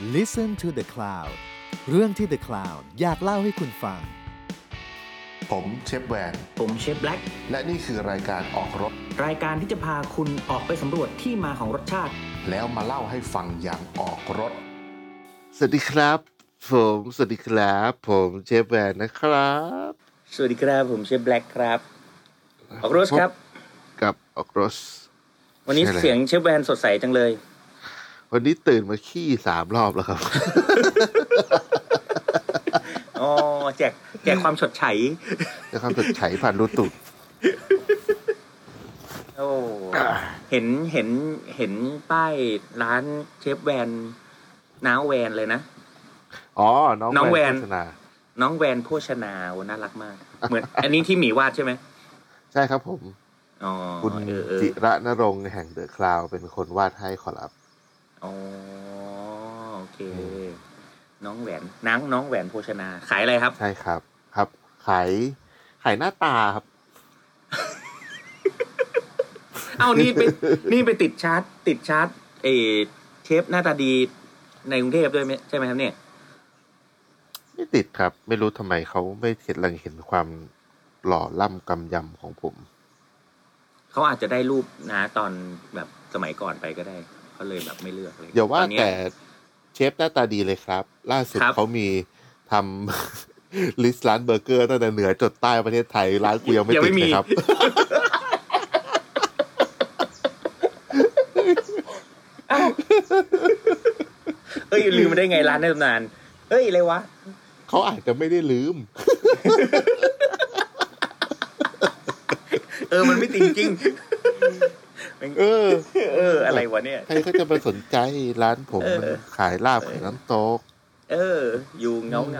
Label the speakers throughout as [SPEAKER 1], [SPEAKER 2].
[SPEAKER 1] Listen to the Cloud เรื่องที่ The Cloud อยากเล่าให้คุณฟัง
[SPEAKER 2] ผมเชฟแวน
[SPEAKER 3] ผมเชฟแบล็ก
[SPEAKER 2] และนี่คือรายการออกรถ
[SPEAKER 3] รายการที่จะพาคุณออกไปสำรวจที่มาของรสชาติ
[SPEAKER 2] แล้วมาเล่าให้ฟังอย่างออกรถ
[SPEAKER 4] สวัสดีครับผมเชฟแวนนะครับ
[SPEAKER 3] สวัสดีครับผมเชฟแบล็กครับออกรถครับ
[SPEAKER 4] กับออกรถ
[SPEAKER 3] วันนี้เสียงเชฟแวนสดใสจังเลย
[SPEAKER 4] วันนี้ตื่นมาขี้3 รอบแล้วครับ
[SPEAKER 3] อ๋อแจกความฉดไฉ
[SPEAKER 4] ผ่านรูตุด
[SPEAKER 3] โอ้เห็นป้ายร้านเชฟแวนน้าวแวนเลยนะ
[SPEAKER 4] อ๋อน้องแวน
[SPEAKER 3] น้องแวนโภชนาน่ารักมากเหมือนอันนี้ที่หมีวาดใช่ไหม
[SPEAKER 4] ใช่ครับผม
[SPEAKER 3] อ๋อ
[SPEAKER 4] คุณจิระณรงค์แห่งเดอะคลาวด์เป็นคนวาดให้ขอรับ
[SPEAKER 3] อ๋อโอเคน้องแหวนน้องแหวนโภชนาขายอะไรครับ
[SPEAKER 4] ใช่ครับขายหน้าตาครับ
[SPEAKER 3] เอ้านี่ไปติดชาร์ตเชฟหน้าตาดีในกรุงเทพด้วยใช่ไหมครับเนี่ย
[SPEAKER 4] ไม่ติดครับไม่รู้ทำไมเขาไม่เห็นความหล่อล่ำกำยำของผม
[SPEAKER 3] เขาอาจจะได้รูปนะตอนแบบสมัยก่อนไปก็ได้เขาเลยแบบไม่เลือกเลย
[SPEAKER 4] อย่าว่าแต่เชฟหน้าตาดีเลยครับล่าสุดเขามีทำลิสต์ร้านเบอร์เกอร์ตั้งแต่เหนือจดใต้ประเทศไทยร้านกูยังไม่ติดเลยครับ
[SPEAKER 3] ลืมมาได้ไงร้านในตำนานอะไรวะ
[SPEAKER 4] เขาอาจจะไม่ได้ลืม
[SPEAKER 3] มันไม่ติดจริงอะไรวะเนี่ย
[SPEAKER 4] ใครก็จะมาสนใจร้านผมมันขายลาบขายน้ำตก
[SPEAKER 3] อยู่เงา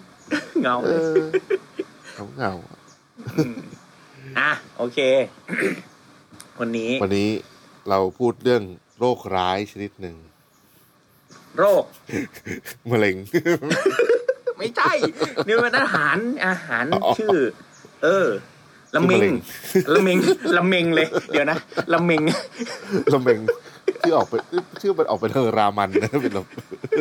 [SPEAKER 3] โอเควันนี้
[SPEAKER 4] เราพูดเรื่องโรคร้ายชนิดหนึ่ง
[SPEAKER 3] โรค
[SPEAKER 4] มะเร็ง
[SPEAKER 3] ไม่ใช่นี่มันอาหารชื่อละเมงเลยเดี๋ยวนะละเมง
[SPEAKER 4] ชื่อมันออกไปทางรามันนะเป็นแบบ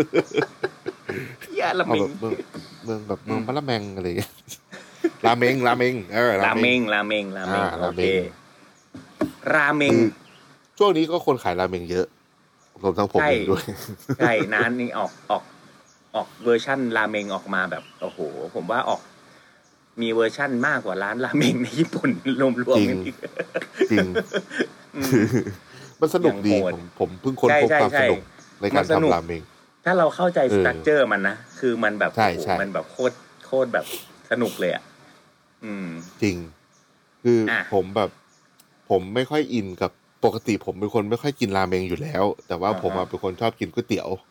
[SPEAKER 3] อย่าละเมง
[SPEAKER 4] เมืองแบบเมืองพะละแมงอะไรอย่างเงี้ยราเมง
[SPEAKER 3] ราเมงโอเคราเมง
[SPEAKER 4] ช่วงนี้ก็คนขายราเมงเยอะรวมทั้งผมเองด้วย
[SPEAKER 3] ใช่ร้านนี้ออกเวอร์ชั่นราเมงออกมาแบบโอ้โหผมว่าออกมีเวอร์ชั่นมากกว่าร้านราเมงในญี่ปุ่นรวมๆกันอีก
[SPEAKER 4] จริงมันสนุกดีผมเพิ่งค้นพบความสนุกในการทำราเมง
[SPEAKER 3] ถ้าเราเข้าใจสตรัคเจอร์มันนะคือมันแบบมันแบบโคตรแบบสนุกเลยอ่ะ
[SPEAKER 4] จริงคือผมไม่ค่อยอินกับปกติผมเป็นคนไม่ค่อยกินราเมงอยู่แล้วแต่ว่าผมเป็นคนชอบกินก๋วยเตี๋ยว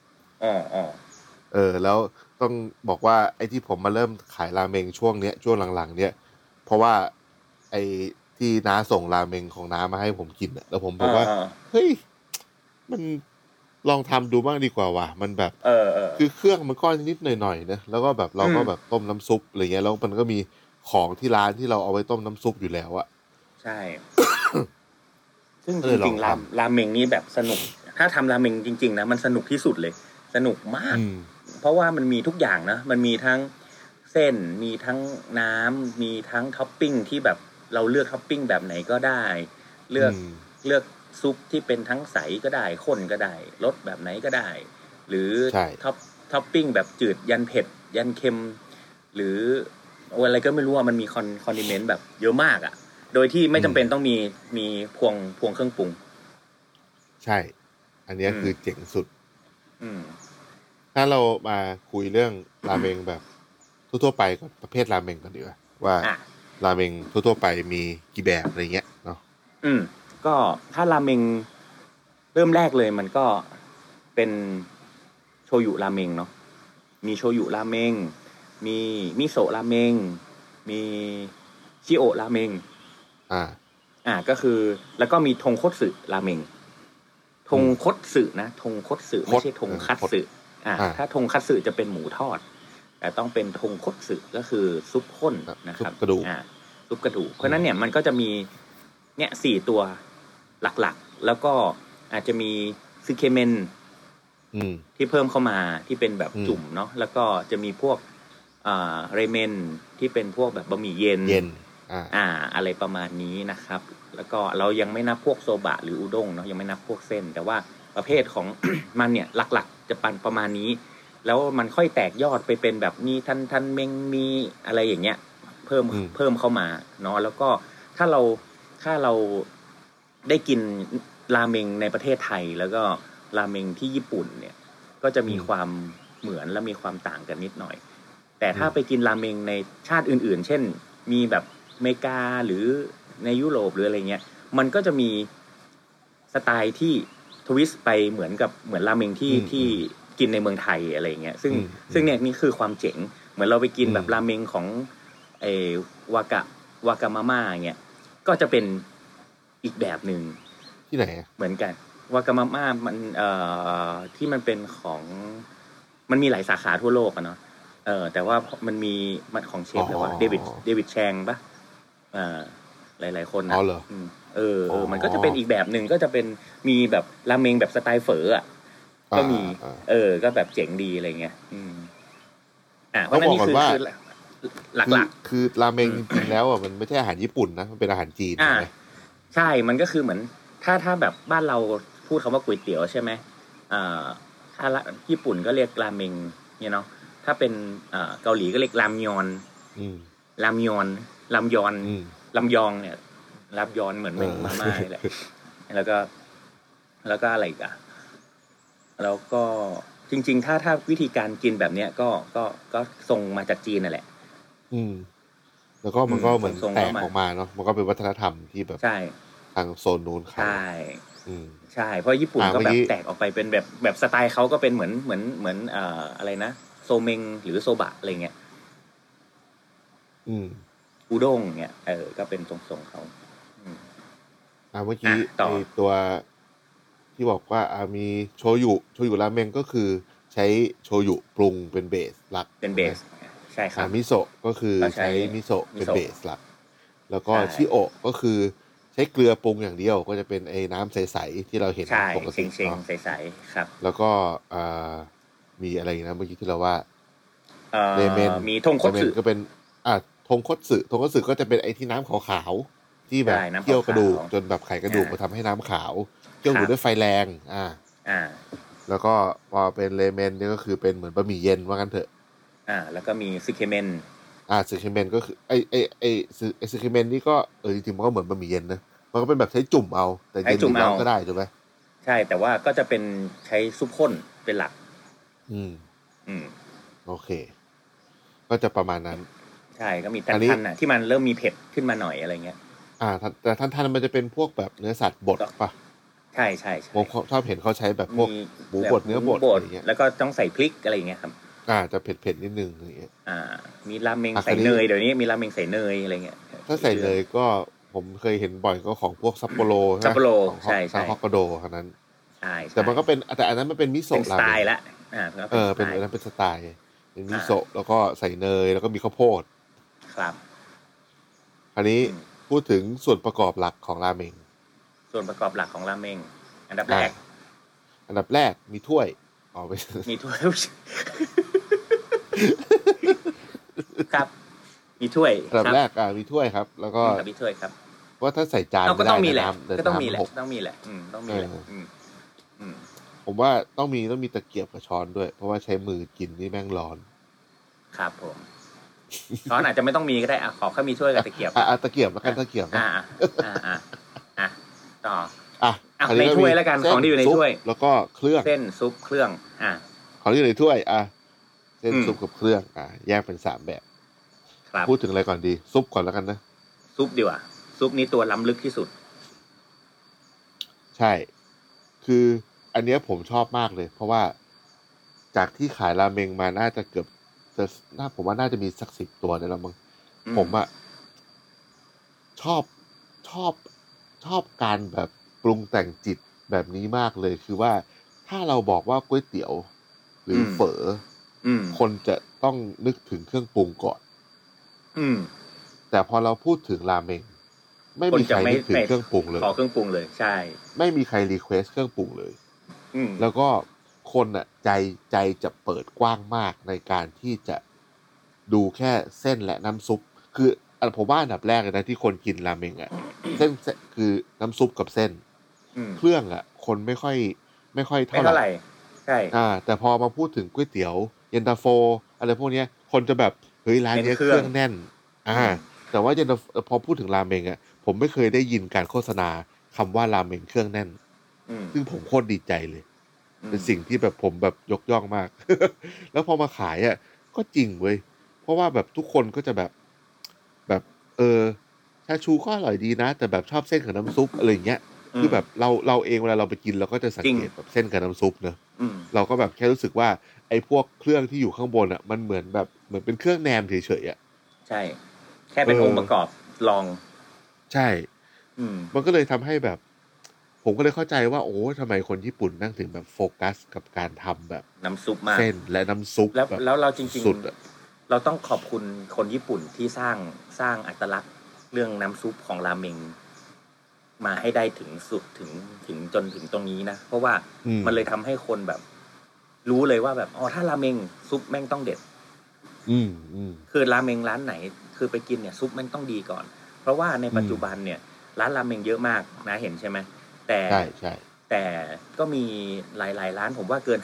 [SPEAKER 4] แล้วต้องบอกว่าไอ้ที่ผมมาเริ่มขายราเมงช่วงหลังๆเนี่ยเพราะว่าไอ้ที่น้าส่งราเมงของน้ามาให้ผมกินแล้วผมบอกว่าเฮ้ยมันลองทำดูบ้างดีกว่าว่ะมันแบบคือเครื่องมันก็นิดหน่อยๆนะแล้วก็แบบเราก็แบบต้มน้ำซุปอะไรเงี้ยแล้วมันก็มีของที่ร้านที่เราเอาไว้ต้มน้ำซุปอยู่แล้วอะ
[SPEAKER 3] ใช่ ซึ่งจริงๆราเมงนี่แบบสนุกถ้าทำราเมงจริงๆนะมันสนุกที่สุดเลยสนุกมากเพราะว่ามันมีทุกอย่างนะมันมีทั้งเส้นมีทั้งน้ำมีทั้งท็อปปิ้งที่แบบเราเลือกท็อปปิ้งแบบไหนก็ได้เลือกซุปที่เป็นทั้งใสก็ได้ข้นก็ได้รสแบบไหนก็ได้หรือท็อปปิ้งแบบจืดยันเผ็ดยันเค็มหรืออะไรก็ไม่รู้ว่ามันมีคอนดิเมนต์แบบเยอะมากอ่ะโดยที่ไม่จำเป็นต้องมีพวงเครื่องปรุง
[SPEAKER 4] ใช่อันนี้คือเจ๋งสุดถ้าเรามาคุยเรื่องราเมงแบบทั่วๆไปก่อนประเภทราเมงก่อนดีกว่าว่าราเมงทั่วๆไปมีกี่แบบอะไรเงี้ยเนาะ
[SPEAKER 3] ก็ถ้าราเมงเริ่มแรกเลยมันก็เป็นโชยุราเมงเนาะมีโชยุราเมงมีมิโซะราเมงมีชิโอะราเมงก็คือแล้วก็มีทงคัตสึราเมงทงคัตสึนะทงคัตสึไม่ใช่ทงคัตสึถ้าทงคัตสึจะเป็นหมูทอดแต่ต้องเป็นทงคัตสึก็คือซุปข้นนะครับซุปกระดูกเพราะนั้นเนี่ยมันก็จะมีเนี่ย4ตัวหลักๆแล้วก็อาจจะมีซึเคเมนที่เพิ่มเข้ามาที่เป็นแบบจุ่มเนาะแล้วก็จะมีพวกเรเมนที่เป็นพวกแบบบะหมี่เย็นอะไรประมาณนี้นะครับแล้วก็เรายังไม่นับพวกโซบะหรืออุด้งเนาะยังไม่นับพวกเส้นแต่ว่าประเภทของ มันเนี่ยหลักๆจะประมาณนี้แล้วมันค่อยแตกยอดไปเป็นแบบมีทันเมงมีอะไรอย่างเงี้ยเพิ่มเข้ามาเนาะแล้วก็ถ้าเราได้กินราเมงในประเทศไทยแล้วก็ราเมงที่ญี่ปุ่นเนี่ยก็จะมีความเหมือนและมีความต่างกันนิดหน่อยแต่ถ้าไปกินราเมงในชาติอื่นๆเช่นมีแบบอเมริกาหรือในยุโรปหรืออะไรเงี้ยมันก็จะมีสไตล์ที่ทวิสต์ไปเหมือนราเมงที่กินในเมืองไทยอะไรเงี้ยซึ่งเนี่ยนี่คือความเจ๋งเหมือนเราไปกินแบบราเมงของวากามาม่าเงี้ยก็จะเป็นอีกแบบนึง
[SPEAKER 4] ที่ไหน
[SPEAKER 3] เหมือนกันวากามาม่ามันที่มันเป็นของมันมีหลายสาขาทั่วโลกอะเนาะแต่ว่ามันมีมันของเชฟเลยว่าเดวิดแชงป่ะหลายๆคนนะมันก็จะเป็นอีกแบบนึงก็จะเป็นมีแบบราเมงแบบสไตล์เฝออ่ะก็มีก็แบบเจ๋งดีอะไรเงี้ยเพราะนั่นนี่คือหลัก
[SPEAKER 4] ๆคือราเมงจริงๆแล้วอ่ะมันไม่ใช่อาหารญี่ปุ่นนะมันเป็นอาหารจีนใช่ไหม
[SPEAKER 3] ใช่มันก็คือเหมือนถ้าแบบบ้านเราพูดคำว่าก๋วยเตี๋ยวใช่ไหมถ้าญี่ปุ่นก็เรียกราเมงเนี่ยเนาะถ้าเป็นเกาหลีก็เรียกรามยอนรามยอนลำยองเนี่ยรับยอนเหมือนเป็นมาม่าแหละแล้วก็อะไรอีกแล้วก็จริงๆถ้าวิธีการกินแบบเนี้ยก็ทรงมาจากจีนนั่นแหละ
[SPEAKER 4] แล้วก็มันก็เหมือนแตกออกมาเนาะมันก็เป็นวัฒนธรรมที่แบบทางโซนนู้นเขา
[SPEAKER 3] ใช่เพราะญี่ปุ่นก็แบบแตกออกไปเป็นแบบสไตล์เขาก็เป็นเหมือนอะไรนะโซเมงหรือโซบะอะไรเงี้ยอุด้งเงี้ยก็เป็นทรงๆเขา
[SPEAKER 4] เมื่อกี้ไอตัวที่บอกว่ามีโชยุราเมงก็คือใช้โชยุปรุงเป็นเบสหลัก
[SPEAKER 3] เป็นเบสใช่ครับ
[SPEAKER 4] มิโซะก็คือใช้มิโซะเป็นเบสหลักแล้วก็ชิโอะก็คือใช้เกลือปรุงอย่างเดียวก็จะเป็นไอ้น้ำใสๆที่เราเห็นปกติ
[SPEAKER 3] เนาะใสๆครับ
[SPEAKER 4] แล้วก็มีอะไรนะเมื่อกี้ที่เราว่าเรเมน
[SPEAKER 3] มีทงคัตสึ
[SPEAKER 4] ก็เป็นทงคัตสึก็จะเป็นไอ้ที่น้ำขาวๆที่แบบเคี่ยวกระดูกจนแบบไขกระดูกมาทำให้น้ำขาวเคี่ยวอยู่ด้วยไฟแรงแล้วก็พอเป็นเรเมนนี่ก็คือเป็นเหมือนบะหมี่เย็นว่ากันเถอะ
[SPEAKER 3] แล้วก็มีซึเคเมน
[SPEAKER 4] ซึเคเมนก็คือไอซึเคเมนนี่ก็จริงๆมันก็เหมือนบะหมี่เย็นนะมันก็เป็นแบบใช้จุ่มเอาแต่เย็นหรือร้อนก็ได้ถูกไหม
[SPEAKER 3] ใช่แต่ว่าก็จะเป็นใช้ซุปข้นเป็นหลัก
[SPEAKER 4] โอเคก็จะประมาณนั้น
[SPEAKER 3] ใช่ก็มีทันน่ะที่มันเริ่มมีเผ็ดขึ้นมาหน่อยอะไรเงี้ย
[SPEAKER 4] แต่ทันมันจะเป็นพวกแบบเนื้อสัตว์บดป่ะ
[SPEAKER 3] ใช่
[SPEAKER 4] ผมชอบเห็นเขาใช้แบบพวกหมูบดเนื้อบดอะไรเงี้ย
[SPEAKER 3] แล้วก็ต้องใส่พริกอะไรเงี้ยครับ
[SPEAKER 4] จะเผ็ดนิดนึงอะไรเงี้ย
[SPEAKER 3] มีราเมงใส่เนยเดี๋ยวนี้มีราเมงใส่เนยอะไรเงี้ย
[SPEAKER 4] ถ้าใส่เนยก็ผมเคยเห็นบ่อยก็ของพวกซัปโปโร
[SPEAKER 3] ใช่
[SPEAKER 4] ฮอกไกโดเท่านั้นแต่มันก็เป็นแต่อันนั้นมันเป็นมิโซะ
[SPEAKER 3] สไตล์ละ
[SPEAKER 4] เป็นอันนั้นเป็นสไตล์เป็นมิโซะแล้วก็ใส่เนยแล้วก็มีข้าวโพด
[SPEAKER 3] ครับ
[SPEAKER 4] อันนี้พูดถึงส่วนประกอบหลักของราเมง
[SPEAKER 3] ส่วนประกอบหลักของราเมงอันดับแรก
[SPEAKER 4] มีถ้วยไป
[SPEAKER 3] มีถ้วยครับมีถ้วย
[SPEAKER 4] อันดับแรกมีถ้วยครับแล้วก็
[SPEAKER 3] มีถ้วยครับ
[SPEAKER 4] ว่าถ้าใส่จาน
[SPEAKER 3] ก็ต้องมีแหละก็ต้องมีแหละต้องมีแหละ
[SPEAKER 4] ผมว่าต้องมีตะเกียบกับช้อนด้วยเพราะว่าใช้มือกินนี่แม่งร้อน
[SPEAKER 3] ครับผมช้อนอาจจะไม่ต้องมีก็ได้ขอแค่มีถ้วยกับตะเกียบ
[SPEAKER 4] ตะเกียบแล้วกันตะเกียบ
[SPEAKER 3] ต่อในถ้วยแล้วกันของที่อยู่ในถ้วย
[SPEAKER 4] แล้วก็เครื่อง
[SPEAKER 3] เส้นซุปเครื่อง
[SPEAKER 4] ของที่อยู่ในถ้วยเส้นซุปกับเครื่องแยกเป็น3แบบพูดถึงอะไรก่อนดีซุปก่อนแล้วกันนะ
[SPEAKER 3] ซุปดีกว่าซุปนี้ตัวล้ำลึกที่สุด
[SPEAKER 4] ใช่คืออันนี้ผมชอบมากเลยเพราะว่าจากที่ขายราเมงมาน่าจะเกือบผมว่าน่าจะมีสัก10 ตัวในละมั้งผมชอบการแบบปรุงแต่งจิตแบบนี้มากเลยคือว่าถ้าเราบอกว่าก๋วยเตี๋ยวหรือเฝอคนจะต้องนึกถึงเครื่องปรุงก่อนแต่พอเราพูดถึงราเมงไม่มีใครนึกถึงเครื่องปรุงเลย
[SPEAKER 3] ขอเครื่องปรุงเลยใช่
[SPEAKER 4] ไม่มีใครรีเควสเครื่องปรุงเลยแล้วก็คนอ่ะใจจะเปิดกว้างมากในการที่จะดูแค่เส้นและน้ำซุปคือผมว่าอันดับแรกเลยนะที่คนกินราเมงอ่ะเส้นคือน้ำซุปกับเส้นเครื่องอ่ะคนไม่ค่อยเท่าไหร่
[SPEAKER 3] ใช่
[SPEAKER 4] แต่พอมาพูดถึงก๋วยเตี๋ยวเย็นตาโฟอะไรพวกเนี้ยคนจะแบบเฮ้ยร้านนี้เครื่องแน่นแต่ว่าพอพูดถึงราเมงอ่ะผมไม่เคยได้ยินการโฆษณาคำว่าราเมงเครื่องแน่นซึ่งผมโคตรดีใจเลยเป็นสิ่งที่แบบผมแบบยกย่องมาก แล้วพอมาขายอ่ะก็จริงเว้ยเพราะว่าแบบทุกคนก็จะแบบชาชูก็อร่อยดีนะแต่แบบชอบเส้นกับน้ำซุปอะไรอย่างเงี้ยคือแบบเราเองเวลาเราไปกินเราก็จะสังเกตแบบเส้นกับน้ำซุปเนอะเราก็แบบแค่รู้สึกว่าไอ้พวกเครื่องที่อยู่ข้างบนอ่ะมันเหมือนเป็นเครื่องแนมเฉยๆอ่ะ
[SPEAKER 3] ใช่แค่เป็นองค์ประกอบรอง
[SPEAKER 4] ใช่มันก็เลยทำให้แบบผมก็เลยเข้าใจว่าโอ้ทำไมคนญี่ปุ่นนั่งถึงแบบโฟกัสกับการทำแบบ
[SPEAKER 3] น้ำซุปมาก
[SPEAKER 4] เส้นและน้ำซุป
[SPEAKER 3] แล้วเราจริงๆเราต้องขอบคุณคนญี่ปุ่นที่สร้างอัตลักษณ์เรื่องน้ำซุปของราเมงมาให้ได้ถึงสุดถึงจนถึงตรงนี้นะเพราะว่ามันเลยทำให้คนแบบรู้เลยว่าแบบถ้าราเมงซุปแม่งต้องเด็ดคือราเมงร้านไหนคือไปกินเนี่ยซุปแม่งต้องดีก่อนเพราะว่าในปัจจุบันเนี่ยร้านราเมงเยอะมากนะเห็นใช่ไหมแต่แต่ก็มีหลายร้านผมว่าเกิน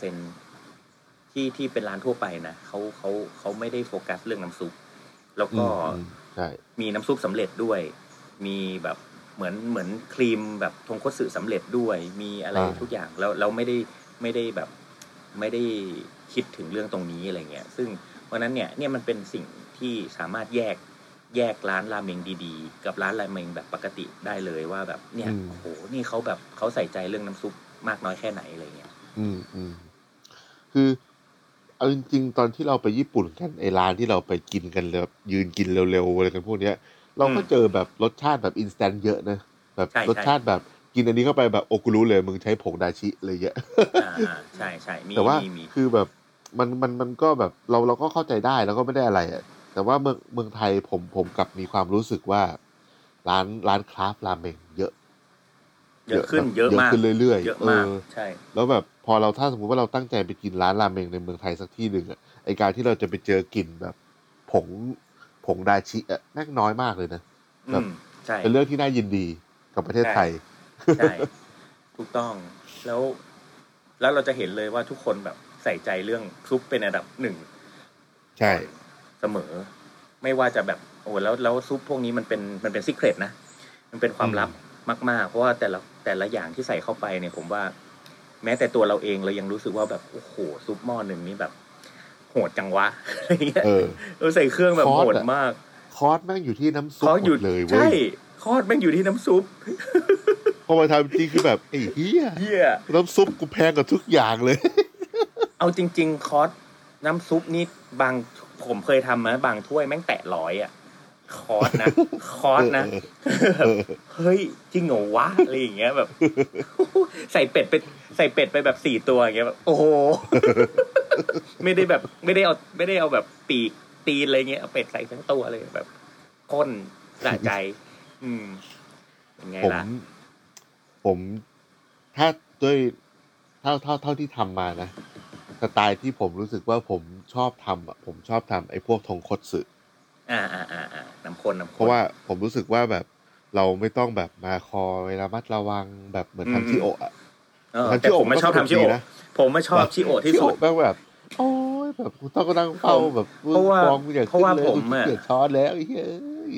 [SPEAKER 3] 50% ที่เป็นร้านทั่วไปนะเขาไม่ได้โฟกัสเรื่องน้ำซุปแล้วก็มีน้ำซุปสำเร็จด้วยมีแบบเหมือนครีมแบบทงคัตสึสำเร็จด้วยมีอะไรทุกอย่างแล้วไม่ได้แบบไม่ได้คิดถึงเรื่องตรงนี้อะไรเงี้ยซึ่งเพราะนั้นเนี่ยมันเป็นสิ่งที่สามารถแยกร้านราเมงดีๆกับร้านราเมงแบบปกติได้เลยว่าแบบเนี่ยโอ้โหนี่เขาแบบเขาใส่ใจเรื่องน้ำซุปมากน้อยแค่ไหนอะไรเงี้ย
[SPEAKER 4] คือเอาจริงๆตอนที่เราไปญี่ปุ่นกันไอ้ร้านที่เราไปกินกันแบบยืนกินเร็วๆอะไรกันพวกเนี้ยเราก็เจอแบบรสชาติแบบอินสแตนต์เยอะนะแบบรสชาติแบบกินอันนี้เข้าไปแบบโอกุรู้เลยมึงใช้ผงดาชิเลยเยอะ
[SPEAKER 3] ใช่ๆมี
[SPEAKER 4] แต่ว่าคือแบบมันก็แบบเราก็เข้าใจได้แล้วก็ไม่ได้อะไรอ่ะแต่ว่าเมืองไทยผมกลับมีความรู้สึกว่าร้านคราฟต์ราเมงเยอะ
[SPEAKER 3] ขึ้นเยอะมาก
[SPEAKER 4] ขึ้นเรื่อยๆ
[SPEAKER 3] เยอะมากใช่
[SPEAKER 4] แล้วแบบพอเราถ้าสมมุติว่าเราตั้งใจไปกินร้านราเมงในเมืองไทยสักที่หนึ่งอ่ะไอการที่เราจะไปเจอกลิ่นแบบผงดาชิอ่ะแม่งน้อยมากเลยนะแบบเป็นเรื่องที่น่ายินดีกับประเทศไทย
[SPEAKER 3] ใช่ถูกต้องแล้วเราจะเห็นเลยว่าทุกคนแบบใส่ใจเรื่องซุปเป็นอันดับหนึ่ง
[SPEAKER 4] ใช่
[SPEAKER 3] เสมอไม่ว่าจะแบบแล้วซุปพวกนี้มันเป็นซีเครตนะมันเป็นความลับมากๆเพราะว่าแต่ละอย่างที่ใส่เข้าไปเนี่ยผมว่าแม้แต่ตัวเราเองเรายังรู้สึกว่าแบบโอ้โหซุปหม้อหนึ่งนี้แบบโหดจังวะอะไรเงี้ยใส่เครื่องแบบโหดมาก
[SPEAKER 4] คอร์สแม่งอยู่ที่น้ำซุปหมดเลยเว้ย
[SPEAKER 3] ใช่คอร์สแม่งอยู่ที่น้ำซุป
[SPEAKER 4] พอมาทำจริงคือแบบไอ้เหี้ยน้ำซุปกูแพงกว่าทุกอย่างเลย
[SPEAKER 3] เอาจริงๆคอร์สน้ำซุปนี่ผมเคยทำนะบางถ้วยแม่งแตะ100อ่ะคอร์สนะเฮ้ยจริงเหรอวะอะไรอย่างเงี้ยแบบใส่เป็ดไปแบบ4ตัวอย่างเงี้ยแบบโอ้โหไม่ได้เอาแบบปีกตีนอะไรเงี้ยเอาเป็ดใส่ทั้งตัวเลยแบบข้นสะใจยังไงล่ะ
[SPEAKER 4] ผมถ้าด้วยเท่าที่ทำมานะสไตล์ที่ผมรู้สึกว่าผมชอบทำอ่ะผมชอบทำไอ้พวกทงคัตสึ
[SPEAKER 3] น้ำข้น
[SPEAKER 4] เพราะว่าผมรู้สึกว่าแบบเราไม่ต้องแบบมาคอยระมัดระวังแบบเหมือนทำชิโอะอ่ะ
[SPEAKER 3] แต่ผมไม่ชอบทำชิโอะผมไม่ชอบชิโอะที่สุด
[SPEAKER 4] แบบโอ้ยแบบกูต้องนั่งเฝ้าแบบ
[SPEAKER 3] เพราะว่าผม
[SPEAKER 4] เกลียดช้อนแล้วไอ้เหี้ย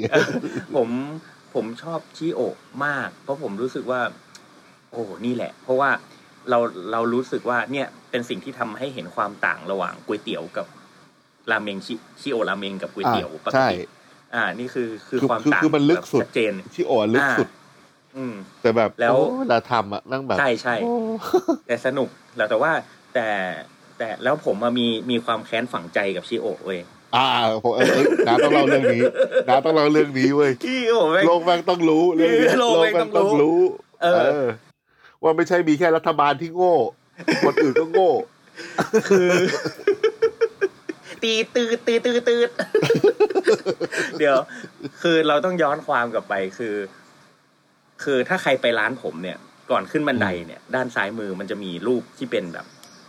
[SPEAKER 3] ผมชอบชิโอะมากเพราะผมรู้สึกว่าโอ้นี่แหละเพราะว่าเรารู้สึกว่าเนี่ยเป็นสิ่งที่ทำให้เห็นความต่างระหว่างก๋วยเตี๋ยวกับราเมงชิโอะราเมงกับก๋วยเตี๋ยวปกตินี่คือความต่าง
[SPEAKER 4] คือมันลึกสุด
[SPEAKER 3] ชัดเจน
[SPEAKER 4] ชิโอะลึกสุดแต่แบบ
[SPEAKER 3] แล้ว
[SPEAKER 4] เวลาทำอ่ะนั่งแบบ
[SPEAKER 3] ใช่แต่สนุกแต่ว่าแต่แล้วผมมีความแค้นฝังใจกับชิโอะเว้ย
[SPEAKER 4] ผมน้าต้องเล่าเรื่องนี้เว้ยโลกแม่งต้องรู้เรื่องนี้โลกแม่งต้องรู้ว่าไม่ใช่มีแค่รัฐบาลที่โง่คนอื่นก็โง่
[SPEAKER 3] คือตืดเดี๋ยวคือเราต้องย้อนความกลับไปคือถ้าใครไปร้านผมเนี่ยก่อนขึ้นบันไดเนี่ยด้านซ้ายมือมันจะมีรูปที่เป็นแบบ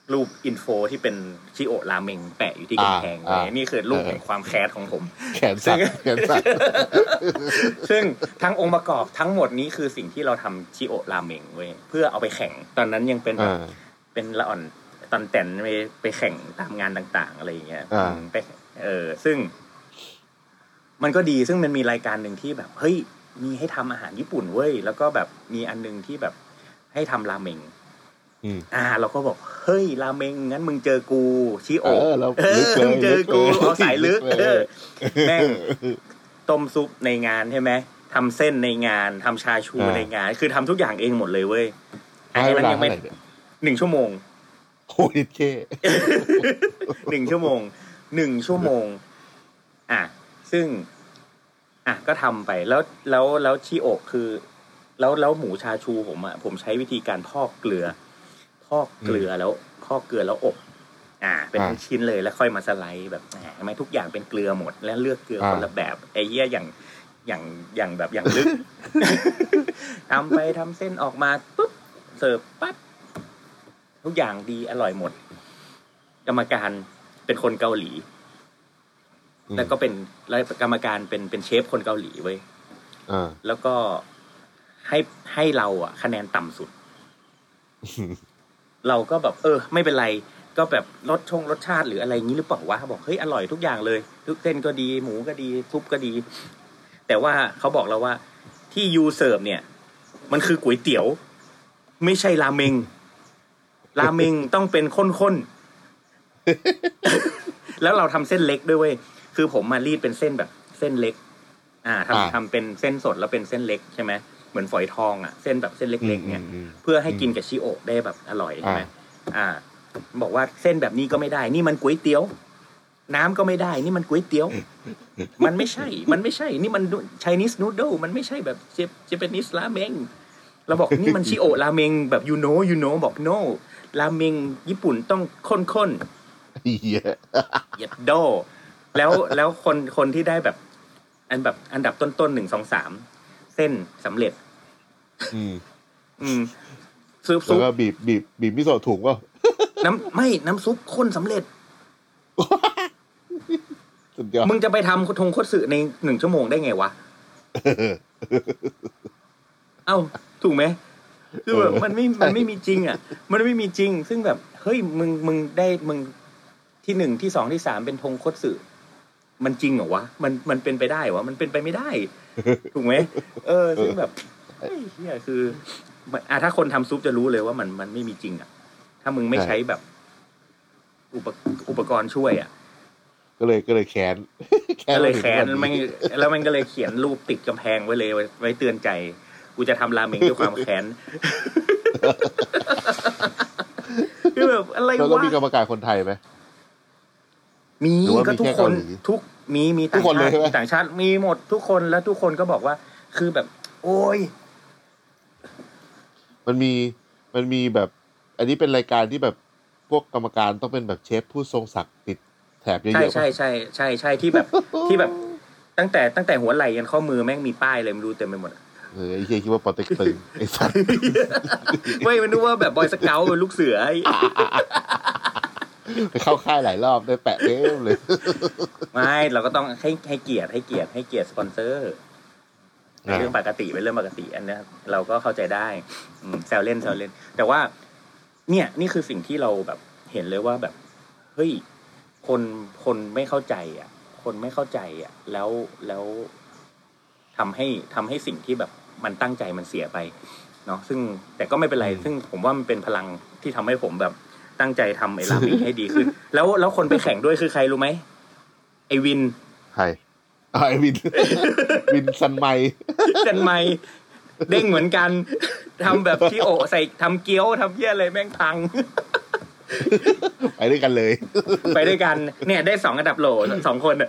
[SPEAKER 3] รูปอินโฟที่เป็นชิโอะราเมงแปะอยู่ที่กำแพงเลยนี่คือรูปแห่งความแค้นของผม
[SPEAKER 4] แขนสั่นแขนสั่น
[SPEAKER 3] ซึ่งทั้งองค์ประกอบทั้งหมดนี้คือสิ่งที่เราทำชิโอะราเมงเว้ยเพื่อเอาไปแข่งตอนนั้นยังเป็นเป็นละอ่อนตอนแต่นไปแข่งตามงานต่างๆอะไรอย่างเงี้ยไปซึ่งมันก็ดีซึ่งมันมีรายการหนึ่งที่แบบเฮ้ยมีให้ทำอาหารญี่ปุ่นเว้ยแล้วก็แบบมีอันนึงที่แบบให้ทำราเมงเราก็บอกเฮ้ยราเมงงั้นมึงเจอกูชิโอะมึงเจอกูเอาสายลึกแม่งต้มซุปในงานใช่ไหมทำเส้นในงานทำชาชูในงานคือทำทุกอย่างเองหมดเลยเว้ยไอ้นั้นยังไม่1 ชั่วโมง
[SPEAKER 4] โอ้ยเท่
[SPEAKER 3] 1 ชั่วโมงซึ่งก็ทำไปแล้วชิโอะคือแล้วหมูชาชูผมใช้วิธีการพอกเกลือแล้วอบเป็นทั้งชิ้นเลยแล้วค่อยมาสไลด์แบบทำไมทุกอย่างเป็นเกลือหมดแล้วเลือกเกลือคนละแบบไอ้เหี้ยอย่างแบบอย่างลึก ทำไปทำเส้นออกมาปุ๊บเสิร์ฟปั๊บทุกอย่างดีอร่อยหมดกรรมการเป็นคนเกาหลีแล้วก็แล้วกรรมการเป็นเชฟคนเกาหลีเว้ยแล้วก็ให้เราคะแนนต่ำสุด เราก็แบบไม่เป็นไรก็แบบรสชาติหรืออะไรอย่างนี้หรือเปล่าวะบอกเฮ้ยอร่อยทุกอย่างเลยทุกเส้นก็ดีหมูก็ดีซุปก็ดีแต่ว่าเขาบอกเราว่าที่ยูเสิร์ฟเนี่ยมันคือก๋วยเตี๋ยวไม่ใช่ราเมงต้องเป็นข้นๆ แล้วเราทำเส้นเล็กด้วยเว้ยคือผมมารีดเป็นเส้นแบบเส้นเล็กทำเป็นเส้นสดแล้วเป็นเส้นเล็กใช่ไหมเหมือนฝอยทองเส้นแบบเส้นเล็กๆเนี่ยเพื่อให้กินกับชิโอะได้แบบอร่อยใช่ไหมบอกว่าเส้นแบบนี้ก็ไม่ได้นี่มันก๋วยเตี๋ยวน้ำก็ไม่ได้นี่มันก๋วยเตี๋ยวมันไม่ใช่นี่มัน Chinese noodle มันไม่ใช่แบบJapanese ramen เราบอกนี่มันชิโอะราเมงแบบ you know บอก no ราเมงญี่ปุ่นต้องข้นๆเย็ดโดแล้วคนที่ได้แบบอันดับต้นๆ1 2 3เส้นสำเร็จซุป
[SPEAKER 4] แล้วก็บีบมิโซะถุงป่ะ
[SPEAKER 3] น้ำซุปข้นสำเร็จมึงจะไปทำทงคัตสึใน1 ชั่วโมงได้ไงวะเอ้าถูกไหมคือแบบมันไม่มีจริงมันไม่มีจริงซึ่งแบบเฮ้ยมึงได้มึงที่1ที่2ที่3เป็นทงคัตสึมันจริงเหรอวะมันเป็นไปได้วะมันเป็นไปไม่ได้ถูกไหมซึ่งแบบเฮียคือถ้าคนทำซุปจะรู้เลยว่ามันไม่มีจริงถ้ามึงไม่ใช้แบบอุปกรณ์ช่วย
[SPEAKER 4] ก็เลยแค้น
[SPEAKER 3] แล้วมันก็เลยเขียนรูปติดกำแพงไว้เลยไว้เตือนใจกูจะทำราเมงด้วยความแค้นคือแบบอะไรวะ
[SPEAKER 4] แล้วมีกรรมการคนไทยไหม
[SPEAKER 3] มีก็ทุกคนมีต่างชาติมีหมดทุกคนแล้วทุกคนก็บอกว่าคือแบบโอ้ย
[SPEAKER 4] มันมีแบบอันนี้เป็นรายการที่แบบพวกกรรมการต้องเป็นแบบเชฟผู้ทรงศักดิ์ติดแถบเยอะๆ
[SPEAKER 3] ใช่ที่แบบตั้งแต่หัวไหล่ยันข้อมือแม่งมีป้ายเลยไม่รู้เต็มไปหมด
[SPEAKER 4] ไอ้เหี้ยคิดว่าปอเต็กตึงไอ้สัส
[SPEAKER 3] ไม่มันนึกว่าแบบบอยสเกาต์เป็นลูกเสือ
[SPEAKER 4] ไปเข้าค่ายหลายรอบได้แปะเต็มเลย
[SPEAKER 3] ไม่เราก็ต้องให้เกียรติสปอนเซอร์เป็นเรื่องปกติอันนี้เราก็เข้าใจได้แซวเล่นแต่ว่านี่คือสิ่งที่เราแบบเห็นเลยว่าแบบเฮ้ยคนไม่เข้าใจคนไม่เข้าใจแล้วทำให้สิ่งที่แบบมันตั้งใจมันเสียไปเนาะซึ่งแต่ก็ไม่เป็นไรซึ่งผมว่ามันเป็นพลังที่ทำให้ผมแบบตั้งใจทำไอ้ราเมงให้ดีขึ้นแล้วคนไปแข่งด้วยคือใครรู้ไหมไอวิน
[SPEAKER 4] ใครไอวิน วินซันไม
[SPEAKER 3] เด้งเหมือนกันทำแบบชิโอะใส่ทำเกี๊ยวทำเยี่ยอะไรแม่งพัง
[SPEAKER 4] ไปด้วยกันเลย
[SPEAKER 3] ไปด้วยกันเนี่ยได้2 อันดับโหล2 คน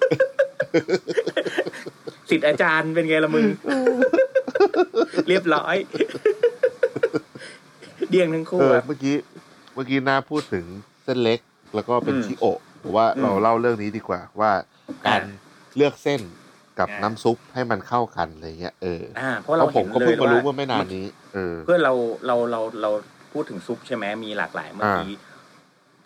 [SPEAKER 3] ศิษย์อาจารย์เป็นไงล่ะมึงเรียบร้อยเดี่ยงทั้งคู่
[SPEAKER 4] เมื่อกี้น่าพูดถึงเส้นเล็กแล้วก็เป็นชิโอะผมว่าเราเล่าเรื่องนี้ดีกว่าว่าการเลือกเส้นกับน้ำซุปให้มันเข้ากันอะไรเงี้ย
[SPEAKER 3] เพราะเรา
[SPEAKER 4] ผมก็เพิ่งมารู้ว่าไม่นานนี้
[SPEAKER 3] เพื่อเราพูดถึงซุปใช่ไหมมีหลากหลายเมื่อกี้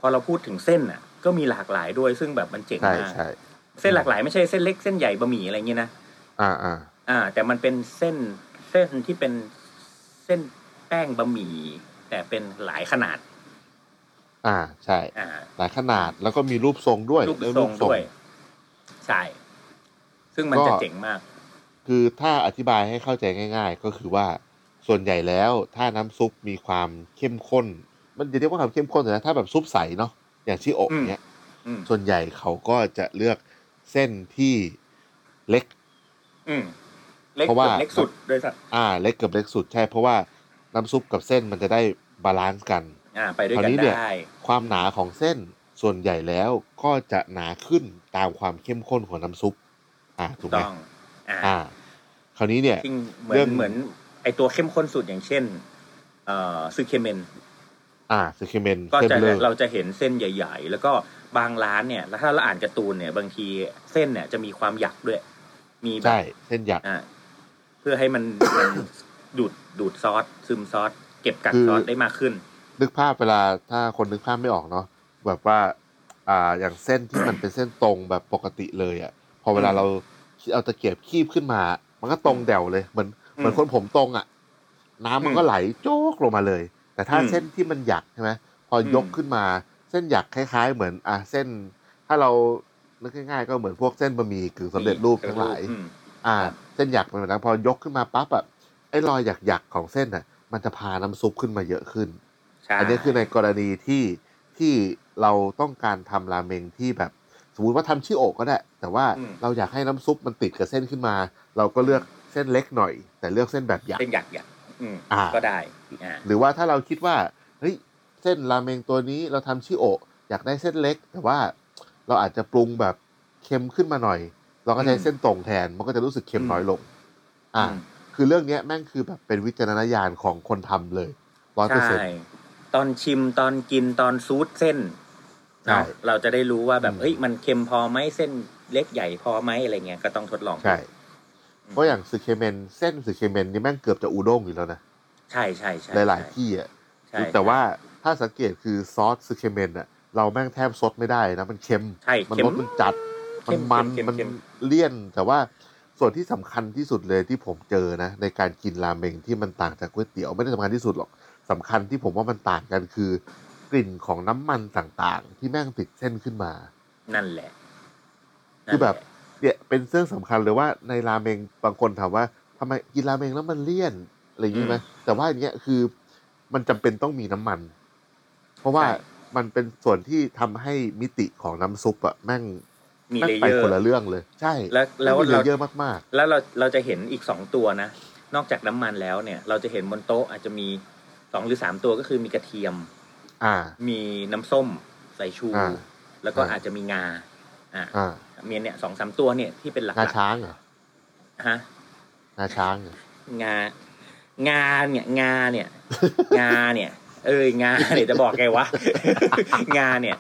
[SPEAKER 3] พอเราพูดถึงเส้นอ่ะก็มีหลากหลายด้วยซึ่งแบบมันเจ๋งมากเส้นหลากหลายไม่ใช่เส้นเล็กเส้นใหญ่บะหมี่อะไรเงี้ยนะแต่มันเป็นเส้นที่เป็นเส้นแป้งบะหมี่แต่เป็นหลายขนาด
[SPEAKER 4] ใช่หลายขนาดแล้วก็มีรูปทรงด้วย
[SPEAKER 3] รูปทรงด้วยใช่ซึ่งมันจะเจ๋งมาก
[SPEAKER 4] คือถ้าอธิบายให้เข้าใจง่ายๆก็คือว่าส่วนใหญ่แล้วถ้าน้ำซุปมีความเข้มข้นมันจะเรียกว่าความเข้มข้นแต่ถ้าแบบซุปใสเนาะอย่างชิโอะเนี้ยส่วนใหญ่เขาก็จะเลือกเส้นที่เล็ก
[SPEAKER 3] เพราะว่าเล็กสุดโดยสัตว์
[SPEAKER 4] เล็กกับเล็กสุดใช่เพราะว่าน้ำซุปกับเส้นมันจะได้บาลานซ์กัน
[SPEAKER 3] ไปด้วยกันได้
[SPEAKER 4] ความหนาของเส้นส่วนใหญ่แล้วก็จะหนาขึ้นตามความเข้มข้นของน้ำซุปถูกไหมคราวนี้เนี่ย
[SPEAKER 3] เหมือนไอตัวเข้มข้นสุดอย่างเช่นซึเคเมน
[SPEAKER 4] ซึเคเมน
[SPEAKER 3] ก็จะเราจะเห็นเส้นใหญ่ๆแล้วก็บางร้านเนี่ยแล้วถ้าเราอ่านการ์ตูนเนี่ยบางทีเส้นเนี่ยจะมีความหยักด้วยมีแบบ
[SPEAKER 4] ใช่เส้นหยัก
[SPEAKER 3] เพื่อให้มันดูดซอสซึมซอสเก็บกักซอสได้มากขึ้น
[SPEAKER 4] นึกภาพเวลาถ้าคนนึกภาพไม่ออกเนาะแบบว่าอย่างเส้นที่มันเป็นเส้นตรงแบบปกติเลยพอเวลาเราเอาตะเกียบคีบขึ้นมามันก็ตรงแด่วเลยเหมือนคนผมตรงน้ำมันก็ไหลโจ๊กลงมาเลยแต่ถ้าเส้นที่มันหยักใช่ไหมพอยกขึ้นมาเส้นหยักคล้ายๆเหมือนเส้นถ้าเรานึกง่ายๆก็เหมือนพวกเส้นบะหมี่กึ่งสำเร็จรูปทั้งหลายเส้นหยักเป็นแบบนั้นพอยกขึ้นมาปั๊บไอ้รอยหยักๆของเส้นมันจะพาน้ำซุปขึ้นมาเยอะขึ้นอันนี้คือในกรณีที่เราต้องการทำราเมงที่แบบสมมุติว่าทำชิโอะก็ได้แต่ว่าเราอยากให้น้ำซุปมันติดกับเส้นขึ้นมาเราก็เลือกเส้นเล็กหน่อยแต่เลือกเส้นแบบหยัก
[SPEAKER 3] เส้นหยักก็ได้
[SPEAKER 4] หรือว่าถ้าเราคิดว่าเฮ้ยเส้นราเมงตัวนี้เราทำชิโอะอยากได้เส้นเล็กแต่ว่าเราอาจจะปรุงแบบเค็มขึ้นมาหน่อยเราก็ใช้เส้นตรงแทนมันก็จะรู้สึกเค็มน้อยลงคือเรื่องนี้แม่งคือแบบเป็นวิจารณญาณของคนทำเลย
[SPEAKER 3] 100%ตอนชิมตอนกินตอนซูดเส้นเราจะได้รู้ว่าแบบเฮ้ยมันเค็มพอไหมเส้นเล็กใหญ่พอไหมอะไรเงี้ยก็ต้องทดลอง
[SPEAKER 4] ใช่เพราะอย่างซึเคเมนเส้นซึเคเมนนี่แม่งเกือบจะอูด้งอยู่แล้วนะ
[SPEAKER 3] ใช่ใช่ใช่
[SPEAKER 4] หลายๆที่แต่ว่าถ้าสังเกตคือซอสซึเคเมนเราแม่งแทบซดไม่ได้นะมันเค็มมันรสมันจัดมันเลี่ยนแต่ว่าส่วนที่สำคัญที่สุดเลยที่ผมเจอนะในการกินราเมงที่มันต่างจากก๋วยเตี๋ยวไม่ได้สำคัญที่สุดหรอกสำคัญที่ผมว่ามันต่างกันคือกลิ่นของน้ำมันต่างๆที่แม่งติดเส้นขึ้นมา
[SPEAKER 3] นั่นแหละ
[SPEAKER 4] คือแบบเนี่ยเป็นเรื่องสำคัญเลยว่าในราเมงบางคนถามว่าทำไมกินราเมงแล้วมันเลี่ยนอะไรอย่างนี้ไหมแต่ว่าอย่างเงี้ยคือมันจำเป็นต้องมีน้ำมันเพราะว่ามันเป็นส่วนที่ทำให้มิติของน้ำซุปแม่งไปคนละเรื่องเลยใช่
[SPEAKER 3] แล้ว
[SPEAKER 4] เราเยอะมาก
[SPEAKER 3] ๆแล้วเราจะเห็นอีก2ตัวนะนอกจากน้ำมันแล้วเนี่ยเราจะเห็นบนโต๊ะอาจจะมี2หรือ3ตัวก็คือมีกระเทียมมีน้ำส้มใส่ชูแล้วก็อาจจะมีงามีเนี่ย 2-3 ตัวเนี่ยที่เป็นหลักๆ
[SPEAKER 4] งาช้างเหรอ
[SPEAKER 3] ฮะ
[SPEAKER 4] งาช้าง
[SPEAKER 3] งาเนี่ยงาเนี่ยงาเนี่ยจะบอกไงวะงาเนี่ย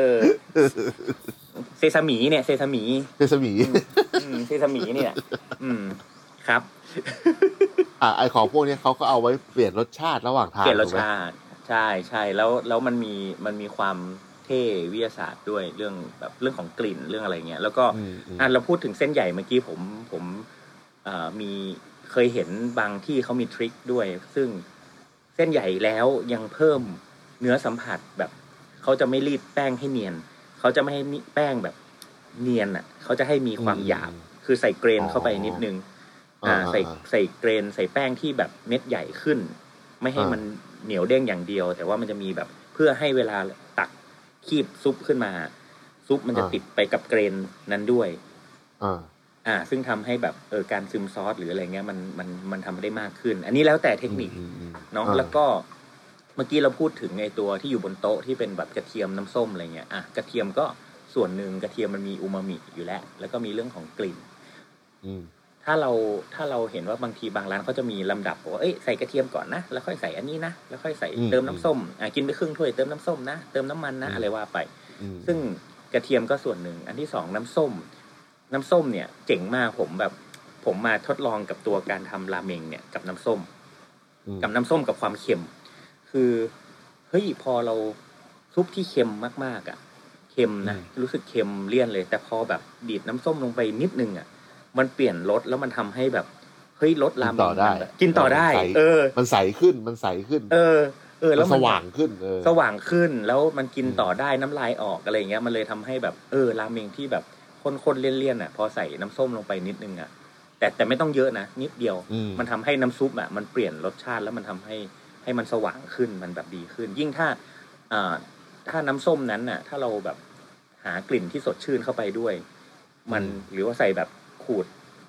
[SPEAKER 3] เซซามิเนี่ยเซซามิเนี่ยครับ
[SPEAKER 4] ไอของพวกนี้เขาก็เอาไว้เปลี่ยนรสชาติระหว่างทาง
[SPEAKER 3] เปลี่ยนรสชาติใช่แล้วมันมีความเท่วิทยาศาสตร์ด้วยเรื่องของกลิ่นเรื่องอะไรเงี้ยแล้วก็เราพูดถึงเส้นใหญ่เมื่อกี้ผมมีเคยเห็นบางที่เขามีทริคด้วยซึ่งเส้นใหญ่แล้วยังเพิ่มเนื้อสัมผัสแบบเขาจะไม่รีดแป้งให้เนียนเขาจะไม่ให้แป้งแบบเนียนเขาจะให้มีความหยาบคือใส่เกรนเข้าไปนิดนึงใส่เกรนใส่แป้งที่แบบเม็ดใหญ่ขึ้นไม่ให้มันเหนียวเด้งอย่างเดียวแต่ว่ามันจะมีแบบเพื่อให้เวลาตักคีบซุปขึ้นมาซุปมันจะติดไปกับเกรนนั้นด้วยซึ่งทำให้แบบการซึมซอสหรืออะไรเงี้ยมันทำได้มากขึ้นอันนี้แล้วแต่เทคนิคเนาะแล้วก็เมื่อกี้เราพูดถึงไอ้ตัวที่อยู่บนโต๊ะที่เป็นแบบกระเทียมน้ำส้มอะไรเงี้ยกระเทียมก็ส่วนหนึ่งกระเทียมมันมีอูมามิอยู่แล้วก็มีเรื่องของกลิ่นถ้าเราเห็นว่าบางทีบางร้านเขาจะมีลำดับว่าใส่กระเทียมก่อนนะแล้วค่อยใส่อันนี้นะแล้วค่อยใส่เติมน้ำส้มกินไปครึ่งถ้วยเติมน้ำส้มนะเติมน้ำมันนะอะไรว่าไปซึ่งกระเทียมก็ส่วนหนึ่งอันที่2น้ำส้มเนี่ยเจ๋งมากผมมาทดลองกับตัวการทำราเมงเนี่ยกับน้ำส้มกับความเค็มคือเฮ้ยพอเราซุปที่เค็มมากๆอ่ะเค็มนะรู้สึกเค็มเลี่ยนเลยแต่พอแบบดีดน้ำส้มลงไปนิดนึงอ่ะมันเปลี่ยนรสแล้วมันทำให้แบบเฮ้ยรสราเมงกินต่อได้
[SPEAKER 4] มันใสขึ้นแล้วสว่างขึ้น
[SPEAKER 3] สว่างขึ้นแล้วมันกินต่อได้น้ำลายออกอะไรเงี้ยมันเลยทำให้แบบราเมงที่แบบข้นๆเลี่ยนๆอ่ะพอใส่น้ำส้มลงไปนิดนึงอ่ะแต่ไม่ต้องเยอะนะนิดเดียวมันทำให้น้ำซุปอ่ะมันเปลี่ยนรสชาติแล้วมันทำให้มันสว่างขึ้นมันแบบดีขึ้นยิ่งถ้าน้ำส้มนั้นน่ะถ้าเราแบบหากลิ่นที่สดชื่นเข้าไปด้วยมันหรือว่าใส่แบบขูด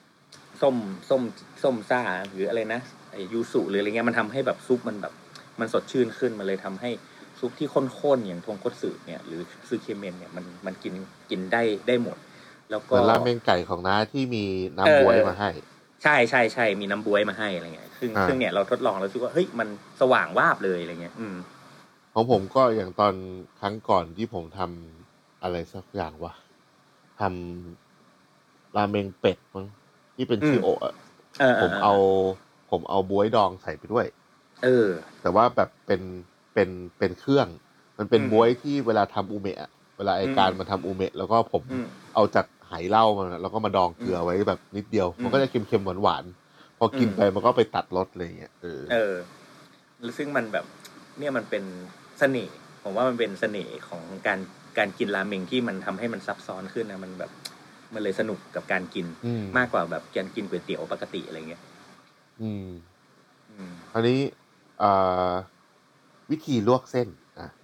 [SPEAKER 3] ส้มซ่าหรืออะไรนะไอ้ยูสุหรืออะไรเงี้ยมันทำให้แบบซุปมันแบบมันสดชื่นขึ้นมันเลยทำให้ซุปที่ข้นๆอย่างทงคัตสึเนี่ยหรือซึเคเมนเนี่ยมันกินได้หมดแล้วก็
[SPEAKER 4] ราเมงไก่ของน้าที่มีน้ำบ๊วยมาให้
[SPEAKER 3] ใช่มีน้ำบ๊วยมาให้อะไรเงี้ยซึ่งเนี่ยเราทดลองแล้วรู้สึกว่าเฮ้ยมันสว่างวาบเลยอะไรเงี้ย
[SPEAKER 4] ของผมก็อย่างตอนครั้งก่อนที่ผมทำอะไรสักอย่างวะทำราเมงเป็ดมั้งที่เป็นชิโอะผมเอาบ๊วยดองใส่ไปด้วยแต่ว่าแบบเป็นเครื่องมันเป็นบ๊วยที่เวลาทำอูเมะเวลาไอการมาทำอูเมะแล้วก็ผมเอาจากไหเหล้ามาแล้วก็มาดองเกลือไว้แบบนิดเดียวมันก็จะเค็มๆหวานๆพอกินไปมันก็ไปตัดรสอะไรอย่างเงี้ย
[SPEAKER 3] ซึ่งมันแบบเนี่ยมันเป็นเสน่ห์ผมว่ามันเป็นเสน่ห์ของการกินราเมงที่มันทำให้มันซับซ้อนขึ้นนะมันแบบมันเลยสนุกกับการกินมากกว่าแบบการกินก๋วยเตี๋ยวปกติอะไรเงี้ย
[SPEAKER 4] อันนี้วิธีลวกเส้น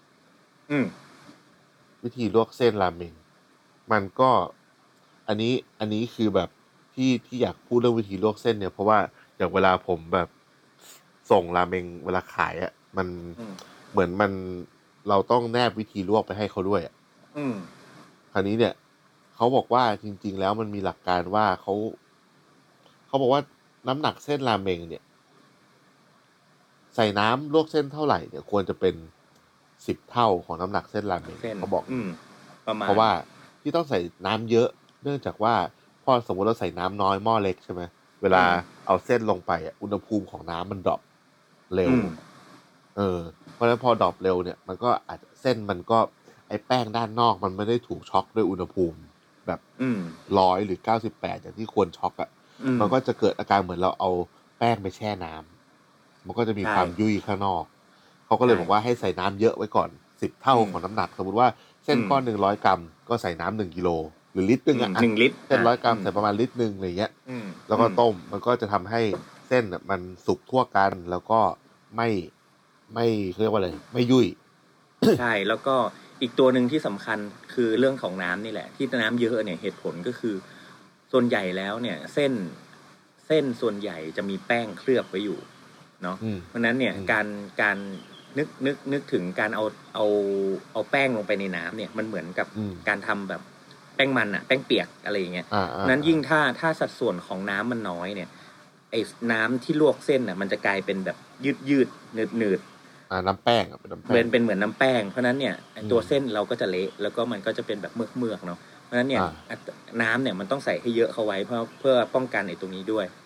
[SPEAKER 4] วิธีลวกเส้นราเมงมันก็อันนี้คือแบบที่อยากพูดเรื่องวิธีลวกเส้นเนี่ยเพราะว่าอย่างเวลาผมแบบส่งราเมงเวลาขายอ่ะมันเหมือนมันเราต้องแนบวิธีลวกไปให้เขาด้วยอ่ะคราวนี้เนี่ยเขาบอกว่าจริงๆแล้วมันมีหลักการว่าเขาบอกว่าน้ำหนักเส้นราเมงเนี่ยใส่น้ำลวกเส้นเท่าไหร่เนี่ยควรจะเป็น10 เท่าของน้ำหนักเส้นราเมงเขาบอกเพราะว่าที่ต้องใส่น้ำเยอะเนื่องจากว่าพอสมมติเราใส่น้ำน้อยหม้อเล็กใช่ไหมเวลาเอาเส้นลงไปอุณหภูมิของน้ำมันดรอปเร็วเพราะฉะนั้นพอดรอปเร็วเนี่ยมันก็อาจจะเส้นมันก็ไอ้แป้งด้านนอกมันไม่ได้ถูกช็อกด้วยอุณหภูมิแบบ100 หรือ 98อย่างที่ควรช็อกอ่ะมันก็จะเกิดอาการเหมือนเราเอาแป้งไปแช่น้ำมันก็จะมีความยุ่ยข้างนอกเขาก็เลยบอกว่าให้ใส่น้ำเยอะไว้ก่อน10 เท่าของน้ำหนักสมมติว่าเส้นก้อน100 กรัมก็ใส่น้ำ1 กิโลหรือลิตรนึงอ่ะ
[SPEAKER 3] 1 ลิตร
[SPEAKER 4] เส้น100 กรัมใส่ประมาณลิตรนึงอะไรเงี้ยแล้วก็ต้มมันก็จะทำให้เส้นมันสุกทั่วกันแล้วก็ไม่เรียกว่าอะไรไม่ยุ่ย
[SPEAKER 3] ใช่แล้วก็อีกตัวหนึ่งที่สำคัญคือเรื่องของน้ำนี่แหละที่น้ำเยอะเนี่ยเหตุผลก็คือส่วนใหญ่แล้วเนี่ยเส้นส่วนใหญ่จะมีแป้งเคลือบไว้อยู่เนาะเพราะนั้นเนี่ยการนึกถึงการเอาแป้งลงไปในน้ำเนี่ยมันเหมือนกับการทำแบบแป้งมันอะแป้งเปียกอะไรอย่างเงี้ยนั้นยิ่งถ้าสัดส่วนของน้ำมันน้อยเนี่ยไอ้น้ำที่ลวกเส้นอะมันจะกลายเป็นแบบยืดหนืด
[SPEAKER 4] น้ำแป้งเป็นน้ำแป้ง
[SPEAKER 3] เป็นเหมือนน้ำแป้งเพราะนั้นเนี่ยตัวเส้นเราก็จะเละแล้วก็มันก็จะเป็นแบบเมือกเนาะเพราะนั้นเนี่ยน้ำเนี่ยมันต้องใส่ให้เยอะเข้าไว้เพื่อป้องกันไอ้ตรงนี้ด้วย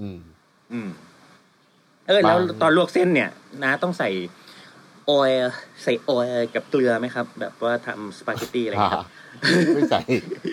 [SPEAKER 3] แล้วตอนลวกเส้นเนี่ยนะต้องใส่ออยล์กับเกลือไหมครับแบบว่าทำสปาเกตตี้อะไรครับ
[SPEAKER 4] ไม่ใส่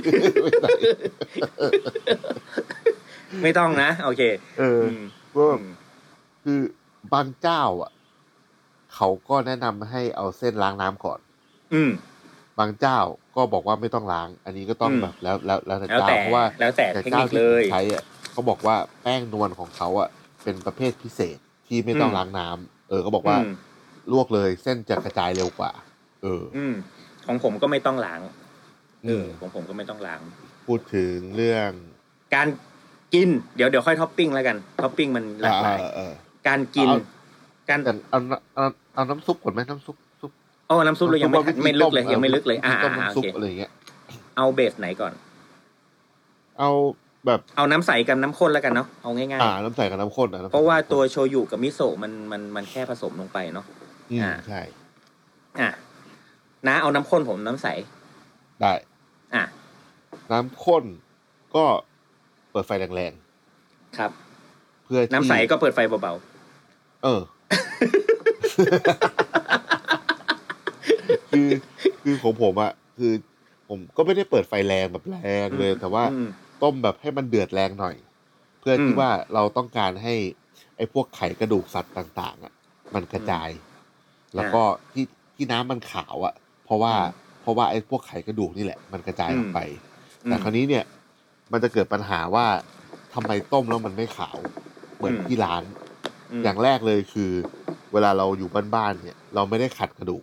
[SPEAKER 3] ไม่ต้องนะโอเค
[SPEAKER 4] ก็คือบางเจ้าอ่ะเขาก็แนะนำให้เอาเส้นล้างน้ำก่อนบางเจ้าก็บอกว่าไม่ต้องล้างอันนี้ก็ต้องแบบแล้วแต่เจ้าเพราะว่า
[SPEAKER 3] แล้วแต่เทคนิคเลย
[SPEAKER 4] ใช้อ่ะเขาบอกว่าแป้งนวลของเขาอ่ะเป็นประเภทพิเศษที่ไม่ต้องล้างน้ำก็บอกว่าลวกเลยเส้นจะกระจายเร็วกว่า
[SPEAKER 3] ของผมก็ไม่ต้องล้างของผมก็ไม่ต้องล้าง
[SPEAKER 4] พูดถึงเรื่อง
[SPEAKER 3] การกินเดี๋ยวค่อยท็อปปิ้งแล้วกันท็อปปิ้งมันหลากหลายการกิน
[SPEAKER 4] การเอาน้ำซุปก่อนไหมน้ำซุป
[SPEAKER 3] น้ำซุปเรายังไม่ลึกเลยยังไม่ลึกเลย
[SPEAKER 4] น้ำซุปอะไรเงี้ย
[SPEAKER 3] เอาเบสไหนก่อน
[SPEAKER 4] เอาแบบ
[SPEAKER 3] เอาน้ำใสกับน้ำข้นแล้วกันเนาะเอาง่าย
[SPEAKER 4] ๆน้ำใสกับน้ำข้น
[SPEAKER 3] เพราะว่าตัวโชยุกับมิโซะมันแค่ผสมลงไปเนาะ
[SPEAKER 4] ใช่
[SPEAKER 3] นะเอาน้ำข้นผมน้ำใส
[SPEAKER 4] ได้น้ำข้นก็เปิดไฟแรง
[SPEAKER 3] ๆครับ
[SPEAKER 4] เพื่อ
[SPEAKER 3] น้ำใสก็เปิดไฟเบาๆ
[SPEAKER 4] คือคือของผมอ่ะคือผมก็ไม่ได้เปิดไฟแรงแบบแรงเลยแต่ว่าต้มแบบให้มันเดือดแรงหน่อยเพื่อที่ว่าเราต้องการให้ไอ้พวกไขกระดูกสัตว์ต่างๆอ่ะมันกระจายแล้วก็ที่น้ำมันขาวอ่ะเพราะว่าไอ้พวกไขกระดูกนี่แหละมันกระจายออกไปแต่คราวนี้เนี่ยมันจะเกิดปัญหาว่าทำไมต้มแล้วมันไม่ขาวเหมือนที่ร้านอย่างแรกเลยคือเวลาเราอยู่บ้านๆเนี่ยเราไม่ได้ขัดกระดูก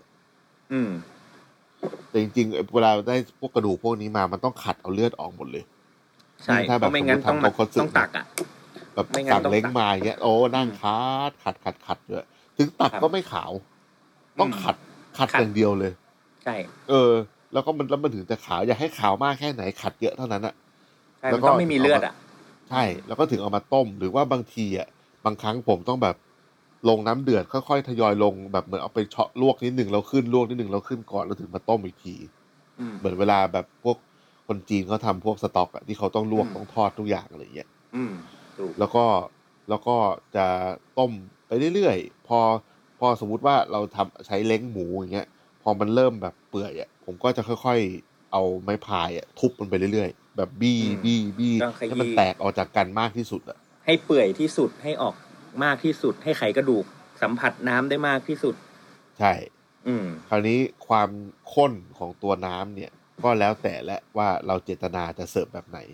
[SPEAKER 4] แต่จริงๆเวลาได้พวกกระดูกพวกนี้มามันต้องขัดเอาเลือดออกหมดเลย
[SPEAKER 3] ใช่ถ้าแบบไม่งั้นต้องตักอ่ะ
[SPEAKER 4] แบบสั่งเล้งมาอย่างเงี้ยโอ้นั่งขัดเยอะถึงตักก็ไม่ขาวต้องขัดอย่างเดียวเลย
[SPEAKER 3] ใช่
[SPEAKER 4] แล้วก็มันถึงจะขาวอยากให้ขาวมากแค่ไหนขัดเยอะเท่านั้นอ่ะ
[SPEAKER 3] แล้วก็ไม่มีเลือดอ่ะ
[SPEAKER 4] ใช่แล้วก็ถึงเอามาต้มหรือว่าบางทีอ่ะบางครั้งผมต้องแบบลงน้ำเดือดค่อยๆทยอยลงแบบเหมือนเอาไปเฉาะลวกนิดนึงแล้วขึ้นลวกนิดนึงแล้วขึ้นก่อนแล้วถึงมาต้มอีกทีเหมือนเวลาแบบพวกคนจีนเขาทำพวกสต๊อกอ่ะที่เขาต้องลวกต้องทอดทุกอย่างอะไรอย่างเงี้ยแล้วก็จะต้มไปเรื่อยๆพอสมมุติว่าเราใช้เล้งหมูอย่างเงี้ยพอมันเริ่มแบบเปื่อยอ่ะผมก็จะค่อยๆเอาไม้พายอ่ะทุบมันไปเรื่อยๆแบบบี้ให้มันแตกออกจากกันมากที่สุดอ่ะ
[SPEAKER 3] ให้เปื่อยที่สุดให้ออกมากที่สุดให้ไขกระดูกสัมผัสน้ำได้มากที่สุด
[SPEAKER 4] ใช่คราวนี้ความข้นของตัวน้ำเนี่ยก็แล้วแต่และว่าเราเจตนาจะเสิร์ฟแบบไหน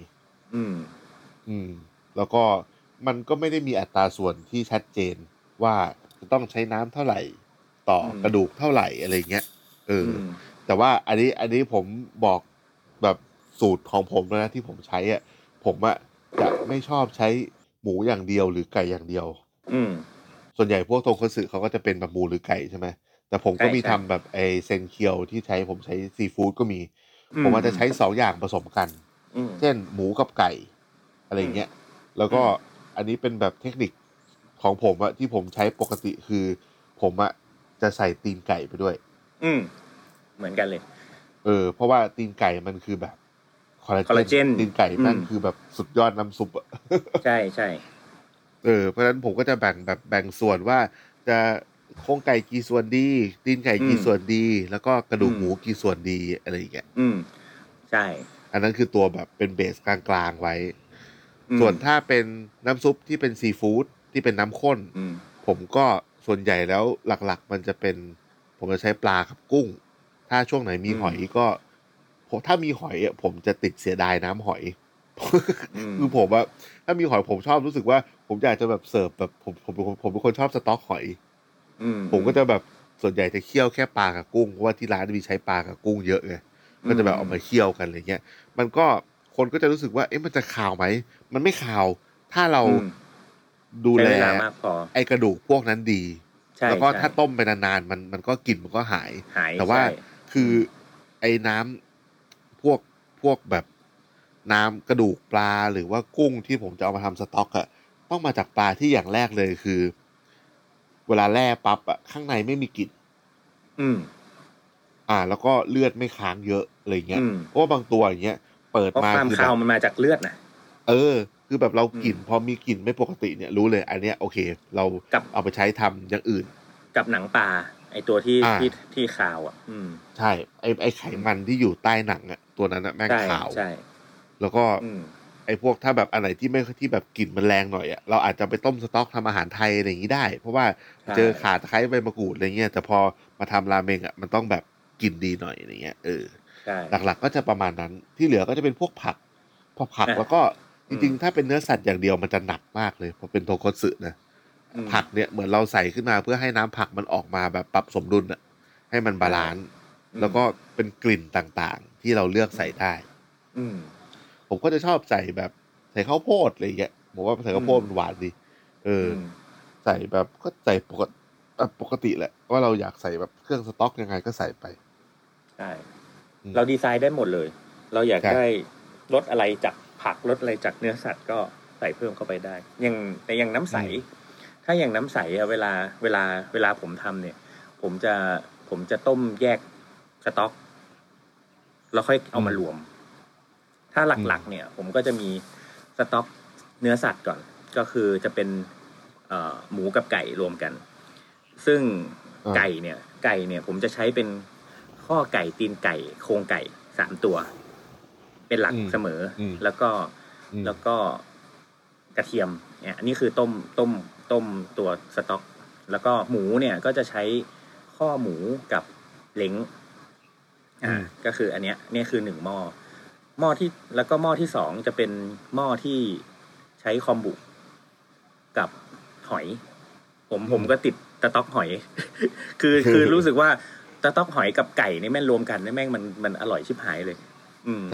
[SPEAKER 4] แล้วก็มันก็ไม่ได้มีอัตราส่วนที่ชัดเจนว่าจะต้องใช้น้ำเท่าไหร่ต่อกระดูกเท่าไหร่อะไรเงี้ยแต่ว่าอันนี้ผมบอกแบบสูตรของผมนะที่ผมใช้อ่ะผมอ่ะจะไม่ชอบใช้หมูอย่างเดียวหรือไก่อย่างเดียวส่วนใหญ่พวกโทงคัตสึเขาก็จะเป็นแบบหมูหรือไก่ใช่ไหมแต่ผมก็มีทำแบบไอเซนเคียวที่ผมใช้ซีฟู้ดก็มีผมอาจจะใช้2อย่างผสมกันเช่นหมูกับไก่อะไรเงี้ยแล้วก็อันนี้เป็นแบบเทคนิคของผมอะที่ผมใช้ปกติคือผมอะจะใส่ตีนไก่ไปด้วย
[SPEAKER 3] เหมือนกันเลย
[SPEAKER 4] เพราะว่าตีนไก่มันคือแบบคอลลาเจนตีนไก่มันคือแบบสุดยอดน้ำซุปอะ
[SPEAKER 3] ใช่
[SPEAKER 4] เพราะฉะนั้นผมก็จะแบ่งส่วนว่าจะโครงไก่กี่ส่วนดีตีนไก่กี่ส่วนดีแล้วก็กระดูกหมูกี่ส่วนดีอะไรอย่างเงี้ย
[SPEAKER 3] ใช่
[SPEAKER 4] อันนั้นคือตัวแบบเป็นเบสกลางๆไว้ส่วนถ้าเป็นน้ำซุปที่เป็นซีฟู้ดที่เป็นน้ำข้นผมก็ส่วนใหญ่แล้วหลักๆมันจะเป็นผมจะใช้ปลากับกุ้งถ้าช่วงไหนมีหอยก็ถ้ามีหอยอ่ะผมจะติดเสียดายน้ำหอยคือผมว่าถ้ามีหอยผมชอบรู้สึกว่าผมอยากจะแบบเสิร์ฟแบบผมเป็นคนชอบสต๊อกหอยผมก็จะแบบส่วนใหญ่จะเคี่ยวแค่ปลากับกุ้งเพราะว่าที่ร้านมีใช้ปลากับกุ้งเยอะไงก็จะแบบเอามาเคี่ยวกันอะไรเงี้ยมันก็คนก็จะรู้สึกว่าเอ๊ะมันจะคาวไหมมันไม่คาวถ้าเราดูแลไอ้กระดูกพวกนั้นดีแล้วก็ถ้าต้มไปนานๆมันก็กลิ่นมันก็หายแต่ว่าคือไอ้น้ำพวกแบบน้ำกระดูกปลาหรือว่ากุ้งที่ผมจะเอามาทำสต๊อกอะต้องมาจากปลาที่อย่างแรกเลยคือเวลาแล่ปั๊บอะข้างในไม่มีกลิ่นแล้วก็เลือดไม่ค้างเยอะอะไรเงี้ยเพราะว่าบางตัวอย่างเงี้ยเปิดมา
[SPEAKER 3] คือความคาวมันมาจากเลือดนะ
[SPEAKER 4] คือแบบเรากลิ่นพอมีกลิ่นไม่ปกติเนี่ยรู้เลยอันเนี้ยโอเคเราเอาไปใช้ทำอย่างอื่น
[SPEAKER 3] กับหนังปลาไอตัวที่คาวอ่ะ
[SPEAKER 4] ใช่ไอไขมันที่อยู่ใต้หนังอ่ะตัวนั้นอ่ะแม่งขาว
[SPEAKER 3] ใช่
[SPEAKER 4] แล้วก็ไอพวกถ้าแบบอันไหนที่ไม่ที่แบบกลิ่นมันแรงหน่อยอ่ะเราอาจจะไปต้มสต๊อกทำอาหารไทยอะไรอย่างนี้ได้เพราะว่าเจอข่าตะไคร้ใบมะกรูดอะไรเงี้ยแต่พอมาทำราเมงอ่ะมันต้องแบบกลิ่นดีหน่อยอะไรเงี้ยหลักๆก็จะประมาณนั้นที่เหลือก็จะเป็นพวกผักแล้วก็จริงๆถ้าเป็นเนื้อสัตว์อย่างเดียวมันจะหนักมากเลยพอเป็นโทคัตสึนะผักเนี่ยเหมือนเราใส่ขึ้นมาเพื่อให้น้ำผักมันออกมาแบบปรับสมดุลอ่ะให้มันบาลานซ์แล้วก็เป็นกลิ่นต่างๆที่เราเลือกใส่ได้ผมก็จะชอบใส่แบบใส่ข้าวโพดอะไรอย่างเงี้ยผมว่าใส่ข้าวโพดมันหวานดีใส่แบบก็ใส่ปกติแหละว่าเราอยากใส่แบบเครื่องสต๊อกยังไงก็ใส่ไป
[SPEAKER 3] ใช่เราดีไซน์ได้หมดเลยเราอยากได้รสอะไรจากผักรสอะไรจากเนื้อสัตว์ก็ใส่เพิ่มเข้าไปได้แต่อย่างน้ำใสถ้าอย่างน้ำใสอะเวลาผมทำเนี่ยผมจะต้มแยกสต๊อกแล้วค่อยเอามารวมถ้าหลักๆเนี่ยผมก็จะมีสต๊อกเนื้อสัตว์ก่อนก็คือจะเป็นหมูกับไก่รวมกันซึ่งไก่เนี่ยผมจะใช้เป็นข้อไก่ตีนไก่โครงไก่3ตัวเป็นหลักเสมอแล้วก็กระเทียมเนี่ยอันนี้คือต้มตัวสต๊อกแล้วก็หมูเนี่ยก็จะใช้ข้อหมูกับเล้งก็คืออันเนี้ยเนี่ยคือ1หม้อที่แล้วก็หม้อที่2จะเป็นหม้อที่ใช้คอมบุกับหอยผมก็ติดสต๊อกหอย คือรู้สึกว่าสต๊อกหอยกับไก่นี่แม่งรวมกันนี่แม่งมันอร่อยชิบหายเลย
[SPEAKER 4] ใช่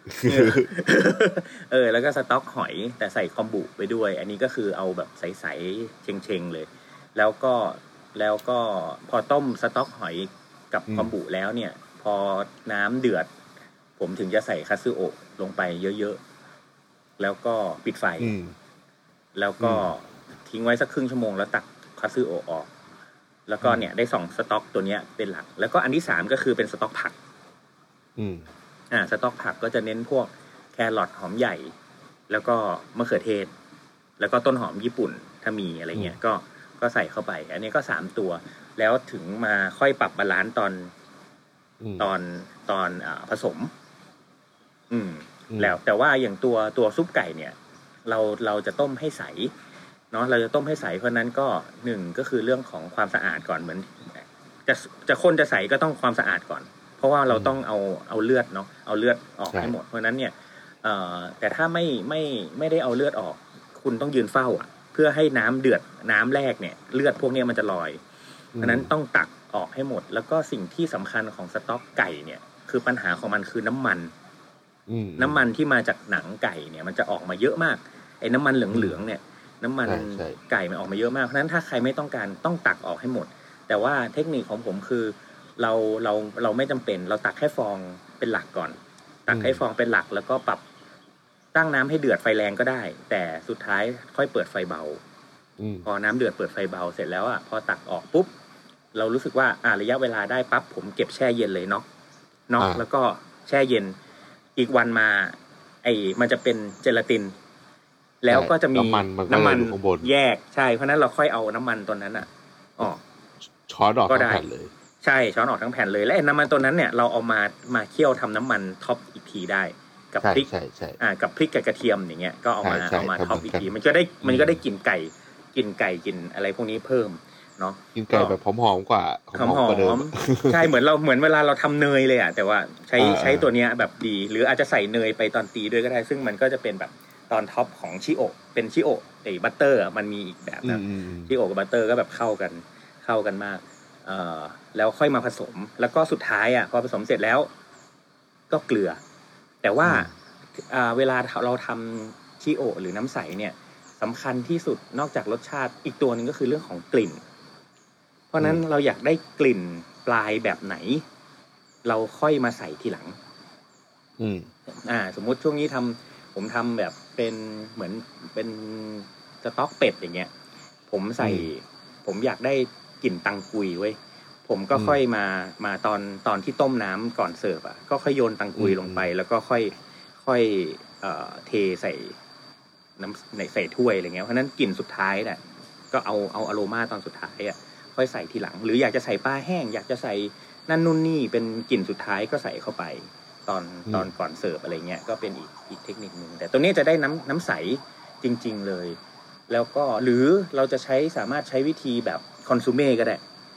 [SPEAKER 3] แล้วก็สต๊อกหอยแต่ใส่คอมบุไปด้วยอันนี้ก็คือเอาแบบใสๆเชงๆเลยแล้วก็พอต้มสต๊อกหอยกับคอมบุแล้วเนี่ยพอน้ำเดือดผมถึงจะใส่คัตสึโอะลงไปเยอะๆแล้วก็ปิดไฟแล้วก็ทิ้งไว้สักครึ่งชั่วโมงแล้วตักคัตสึโอะออกแล้วก็เนี่ยได้2สต๊อกตัวเนี้ยเป็นหลักแล้วก็อันที่3ก็คือเป็นสต๊อกผักสต๊อกผักก็จะเน้นพวกแครอทหอมใหญ่แล้วก็มะเขือเทศแล้วก็ต้นหอมญี่ปุ่นถ้ามีอะไรเงี้ยก็ใส่เข้าไปอันนี้ก็3ตัวแล้วถึงมาค่อยปรับบาลานซ์ตอนผสมแล้วแต่ว่าอย่างตัวซุปไก่เนี่ยเราจะต้มให้ใสเนาะเราจะต้มให้ใสเพราะนั้นก็1ก็คือเรื่องของความสะอาดก่อนเหมือนจะข้นจะใสก็ต้องความสะอาดก่อนเพราะว่าเราต้องเอาเลือดเนาะเอาเลือดออกให้หมดเพราะนั้นเนี่ยแต่ถ้าไม่ได้เอาเลือดออกคุณต้องยืนเฝ้าเพื่อให้น้ำเดือดน้ำแรกเนี่ยเลือดพวกนี้มันจะลอยเพราะนั้นต้องตักออกให้หมดแล้วก็สิ่งที่สำคัญของสต๊อกไก่เนี่ยคือปัญหาของมันคือน้ำมันที่มาจากหนังไก่เนี่ยมันจะออกมาเยอะมากไอ้น้ำมันเหลืองๆเนี่ยน้ำมันไก่มันออกมาเยอะมากเพราะฉะนั้นถ้าใครไม่ต้องการต้องตักออกให้หมดแต่ว่าเทคนิคของผมคือเราไม่จำเป็นเราตักแค่ฟองเป็นหลักก่อนตักให้ฟองเป็นหลักแล้วก็ปรับตั้งน้ำให้เดือดไฟแรงก็ได้แต่สุดท้ายค่อยเปิดไฟเบาพอน้ำเดือดเปิดไฟเบาเสร็จแล้วพอตักออกปุ๊บเรารู้สึกว่าระยะเวลาได้ปั๊บผมเก็บแช่เย็นเลยน็อกแล้วก็แช่เย็นอีกวันมามันจะเป็นเจลาตินแล้วก็จะมีน้ำมันแยกใช่เพราะนั้นเราค่อยเอาน้ำมันตัวนั้นออก
[SPEAKER 4] ช้อนออกทั้งแผ่นเลย
[SPEAKER 3] ใช่ช้อนออกทั้งแผ่นเลยและน้ำมันตัวนั้นเนี่ยเราเอามาเคี่ยวทำน้ำมันท็อปอีกทีได้กับพริกกับพริกกับกระเทียมอย่างเงี้ยก็เอามาท็อปอีกทีมันก็ได้กลิ่นไก่กลิ่นอะไรพวกนี้เพิ่มเนาะ
[SPEAKER 4] กินไก่แบบหอมๆกว่า
[SPEAKER 3] หอมใช่เหมือนเวลาเราทำเนยเลยแต่ว่าใช้ตัวเนี้ยแบบดีหรืออาจจะใส่เนยไปตอนตีด้วยก็ได้ซึ่งมันก็จะเป็นแบบตอนท็อปของชิโอะเป็นชิโอะบัตเตอร์มันมีอีกแบบนะชิโอะกับบัตเตอร์ก็แบบเข้ากันมากแล้วค่อยมาผสมแล้วก็สุดท้ายพอผสมเสร็จแล้วก็เกลือแต่ว่าเวลาเราทำชิโอะหรือน้ำใสเนี่ยสำคัญที่สุดนอกจากรสชาติอีกตัวนึงก็คือเรื่องของกลิ่นเพราะนั้นเราอยากได้กลิ่นปลายแบบไหนเราค่อยมาใส่ทีหลังสมมุติช่วงนี้ผมทำแบบเป็นเหมือนเป็นสต๊อกเป็ดอย่างเงี้ยผมอยากได้กลิ่นตังกุยเว้ยผมก็ค่อยมาตอนที่ต้มน้ำก่อนเสิร์ฟก็ค่อยโยนตังกุยลงไปแล้วก็ค่อยเทใส่น้ำใส่ถ้วยอะไรเงี้ยเพราะนั้นกลิ่นสุดท้ายน่ะก็เอาอโรมาตอนสุดท้ายค่อยใส่ทีหลังหรืออยากจะใส่ปลาแห้งอยากจะใส่นั่นนู่นนี่เป็นกลิ่นสุดท้ายก็ใส่เข้าไปตอนก่อนเสิร์ฟอะไรเงี้ยก็เป็นอีกเทคนิคนึงแต่ตัวนี้จะได้น้ำใสจริงๆเลยแล้วก็หรือเราจะสามารถใช้วิธีแบบคอนซูเม่ก็ได้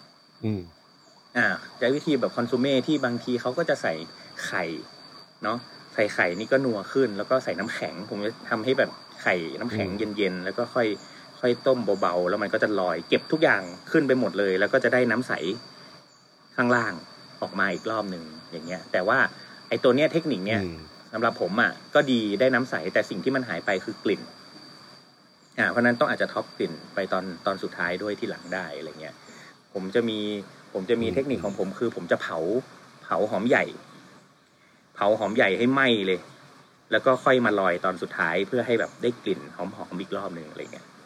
[SPEAKER 3] ใช้วิธีแบบคอนซูเม่ที่บางทีเขาก็จะใส่ไข่เนาะใส่ไข่นี่ก็นัวขึ้นแล้วก็ใส่น้ำแข็งผมจะทำให้แบบไข่น้ำแข็งเย็นๆแล้วก็ค่อยต้มเบาๆแล้วมันก็จะลอยเก็บทุกอย่างขึ้นไปหมดเลยแล้วก็จะได้น้ำใสข้างล่างออกมาอีกรอบนึงอย่างเงี้ยแต่ว่าไอ้ตัวเนี้ยเทคนิคเนี้ยสำหรับผมก็ดีได้น้ำใสแต่สิ่งที่มันหายไปคือกลิ่นเพราะนั้นต้องอาจจะท็อปกลิ่นไปตอนสุดท้ายด้วยที่หลังได้อะไรเงี้ยผมจะมีเทคนิคของผมคือผมจะเผาหอมใหญ่ให้ไหม้เลยแล้วก็ค่อยมาลอยตอนสุดท้ายเพื่อให้แบบได้กลิ่นหอมอีกรอบนึงอะไรเงี้ย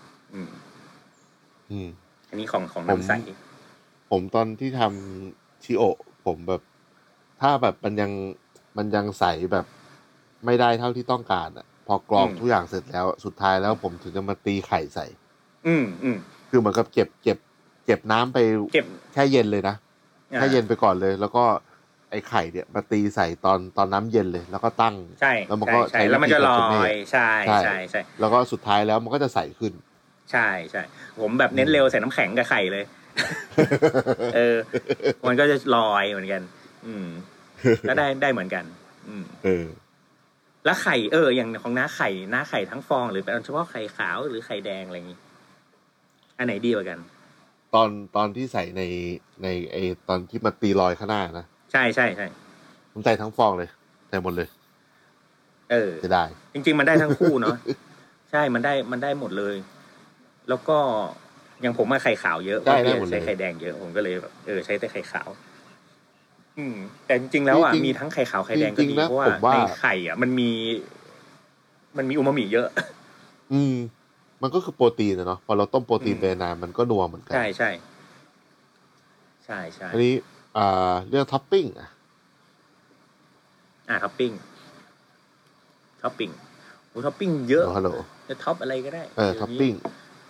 [SPEAKER 3] อันนี้ของน้ำใส
[SPEAKER 4] ผมตอนที่ทำชิโอะผมแบบถ้าแบบมันยังใสแบบไม่ได้เท่าที่ต้องการพอกรองทุกอย่างเสร็จแล้วสุดท้ายแล้วผมถึงจะมาตีไข่ใส่คือเหมือนกับเก็บน้ำไปแค่เย็นเลยนะแค่เย็นไปก่อนเลยแล้วก็ไอ้ไข่เนี่ยมาตีใส่ตอนน้ำเย็นเลยแล้วก็ตั้ง
[SPEAKER 3] ใช่
[SPEAKER 4] แล้วมันก็
[SPEAKER 3] ใช่แล้วมันจะลอยใช่
[SPEAKER 4] แล้วก็สุดท้ายแล้วมันก็จะใสขึ้น
[SPEAKER 3] ใช่ผมแบบเน้นเร็วใส่น้ำแข็งกับไข่เลยมันก็จะลอยเหมือนกันแล้วได้เหมือนกันแล้วไข่อย่างของน้าไข่ทั้งฟองหรือเป็นเฉพาะไข่ขาวหรือไข่แดงอะไรอย่างงี้อันไหนดีกว่ากัน
[SPEAKER 4] ตอนที่ใส่ในไอตอนที่มาตีลอยข้างหน้านะ
[SPEAKER 3] ใช่
[SPEAKER 4] ผมใส่ทั้งฟองเลยใส่หมดเลยจะได้
[SPEAKER 3] จริงๆมันได้ทั้งคู่เนาะใช่มันได้หมดเลยแล้วก็อย่างผมมาไข่ขาวเยอะพี่ใช้ไข่แดงเยอะผมก็เลยแบบใช้แต่ไข่ขาวแต่จริงๆแล้วอ่ะมีทั้งไข่ขาวไข่แดงก็ดีเพราะว่าในไข่อ่ะมันมีอูมามิเยอะ
[SPEAKER 4] มันก็คือโปรตีนนะเนาะพอเราต้มโปรตีนไปนานมันก็นัวเหมือนกัน
[SPEAKER 3] ใช่
[SPEAKER 4] อันนี้เรื่องท็อปปิ้ง
[SPEAKER 3] ท็อปปิ้งโอ้ท็อปปิ้งเยอะ
[SPEAKER 4] ฮัลโหล
[SPEAKER 3] จะท็อปอะไรก็ได้
[SPEAKER 4] ท็อปปิ้ง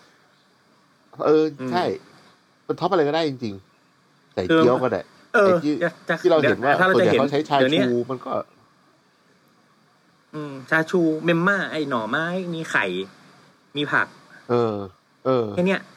[SPEAKER 4] ใช่มันท็อปอะไรก็ได้จริงๆใส่เกี๊ยวก็ได้ที่เราเห็นว่าส่วนใหญ่เขาใช้ชาชูมันก็
[SPEAKER 3] ชาชูเมมม่าไอ้หน่อไม้มีไข่มีผักแค่เนี้ย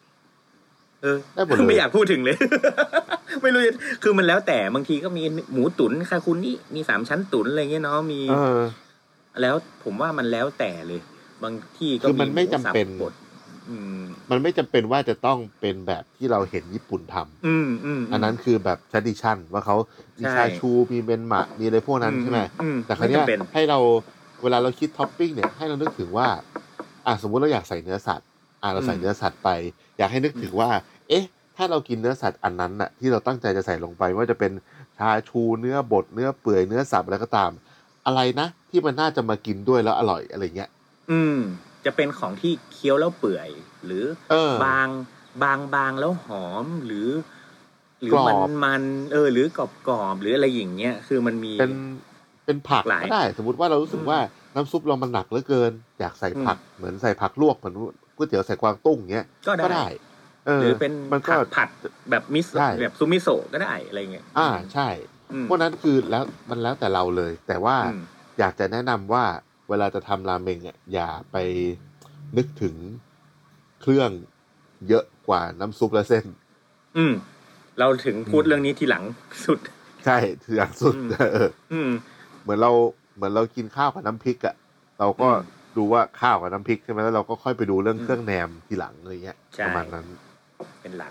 [SPEAKER 3] ไม่อยากพูดถึงเลย ไม่รู้คือมันแล้วแต่บางทีก็มีหมูตุ๋นคาคุนี่มี3ชั้นตุ๋นอะไรเงี้ยเนาะมีแล้วผมว่ามันแล้วแต่เลยบางที่ก็
[SPEAKER 4] มันไม่จำเป็นมันไม่จำเป็นว่าจะต้องเป็นแบบที่เราเห็นญี่ปุ่นทำอันนั้นคือแบบ tradition ว่าเขามีชาชูมีเมนมะมีอะไรพวกนั้นใช่ไหมแต่ครั้งนี้ให้เราเวลาเราคิดท็อปปิ้งเนี่ยให้เรานึกถึงว่าสมมุติเราอยากใส่เนื้อสัตว์เราใส่เนื้อสัตว์ไปอยากให้นึกถึงว่าถ้าเรากินเนื้อสัตว์อันนั้นน่ะที่เราตั้งใจจะใส่ลงไปว่าจะเป็นชาชูเนื้อบดเนื้อเปื่อยเนื้อสับอะไรก็ตามอะไรนะที่มันน่าจะมากินด้วยแล้วอร่อยอะไรเงี้ย
[SPEAKER 3] จะเป็นของที่เคี้ยวแล้วเปื่อยหรือบางแล้วหอมหรือมันหรือกรอบหรืออะไรอย่างเงี้ยคือมันมี
[SPEAKER 4] เป็นผักก็ได้สมมติว่าเรารู้สึกว่าน้ำซุปเรามันหนักเหลือเกินอยากใส่ผักเหมือนใส่ผักลวกเหมือนก๋วยเตี๋ยวใส่กวางตุ้งเงี้ยก็ได้
[SPEAKER 3] หรือเป็นผัดแบบมิโซะแบบซูมิโซะก็ได้อะไรเงี้ย
[SPEAKER 4] ใช่เพราะนั้นคือแล้วมันแล้วแต่เราเลยแต่ว่าอยากจะแนะนำว่าเวลาจะทำราเมงอย่าไปนึกถึงเครื่องเยอะกว่าน้ำซุปและเส้น
[SPEAKER 3] เราถึงพูดเรื่องนี้ทีหลังสุด
[SPEAKER 4] ใช่ทีหลังสุดเหมือนเรากินข้าวกับน้ำพริกเราก็ดูว่าข้าวกับน้ำพริกใช่ไหมแล้วเราก็ค่อยไปดูเรื่องเครื่องแหนมทีหลังอะไรเงี้ยประมาณนั้น
[SPEAKER 3] เป็นหลัก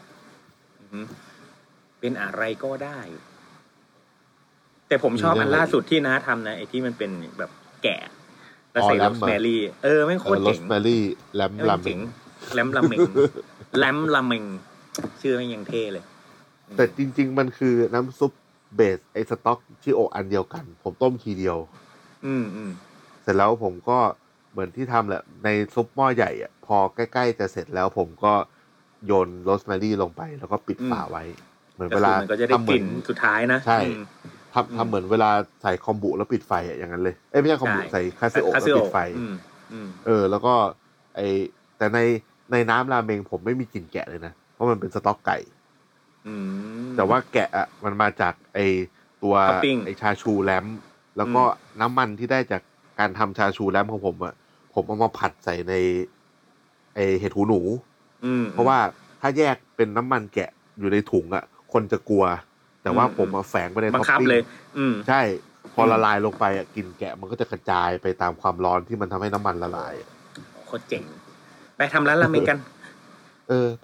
[SPEAKER 3] เป็นอะไรก็ได้แต่ผมชอบอันล่าสุดที่น้าทำนะไอ้ที่มันเป็นแบบแกะแล้วใส่โรสแมรี่ไม่โคตรเจ๋ง
[SPEAKER 4] โรสแมรี่แลมลาเมง
[SPEAKER 3] แลมลาเมงชื่อมันยังเท่เลย
[SPEAKER 4] แต่จริงๆมันคือน้ำซุปเบสไอ้สต๊อกชิโออันเดียวกันผมต้มทีเดียวเสร็จแล้วผมก็เหมือนที่ทำแหละในซุปหม้อใหญ่พอใกล้ๆจะเสร็จแล้วผมก็โยนโรสแมรี่ลงไปแล้วก็ปิดฝาไว้เหมือนเวลา
[SPEAKER 3] มันก็จะได้กลิ่นสุดท้ายนะ
[SPEAKER 4] ใช่ทำเหมือนเวลาใส่คอมบุแล้วปิดไฟอย่างนั้นเลยไม่ใช่คอมบุใส่คาซิโอแล้วปิดไฟแล้วก็แต่ในน้ำราเมงผมไม่มีกลิ่นแกะเลยนะเพราะมันเป็นสต๊อกไก่แต่ว่าแกะมันมาจากตัวไอชาชูแลมแล้วก็น้ำมันที่ได้จากการทำชาชูแลมของผมผมเอามาผัดใส่ในเห็ดหูหนูเพราะว่าถ้าแยกเป็นน้ำมันแกะอยู่ในถุงคนจะกลัวแต่ว่าผมมาแฝงไปในท็อปปิ้งใช่พอละลายลงไปกลิ่นแกะมันก็จะกระจายไปตามความร้อนที่มันทำให้น้ำมันละลาย
[SPEAKER 3] โคตรเจ๋งไปทำร้านราเมงกัน
[SPEAKER 4] ไป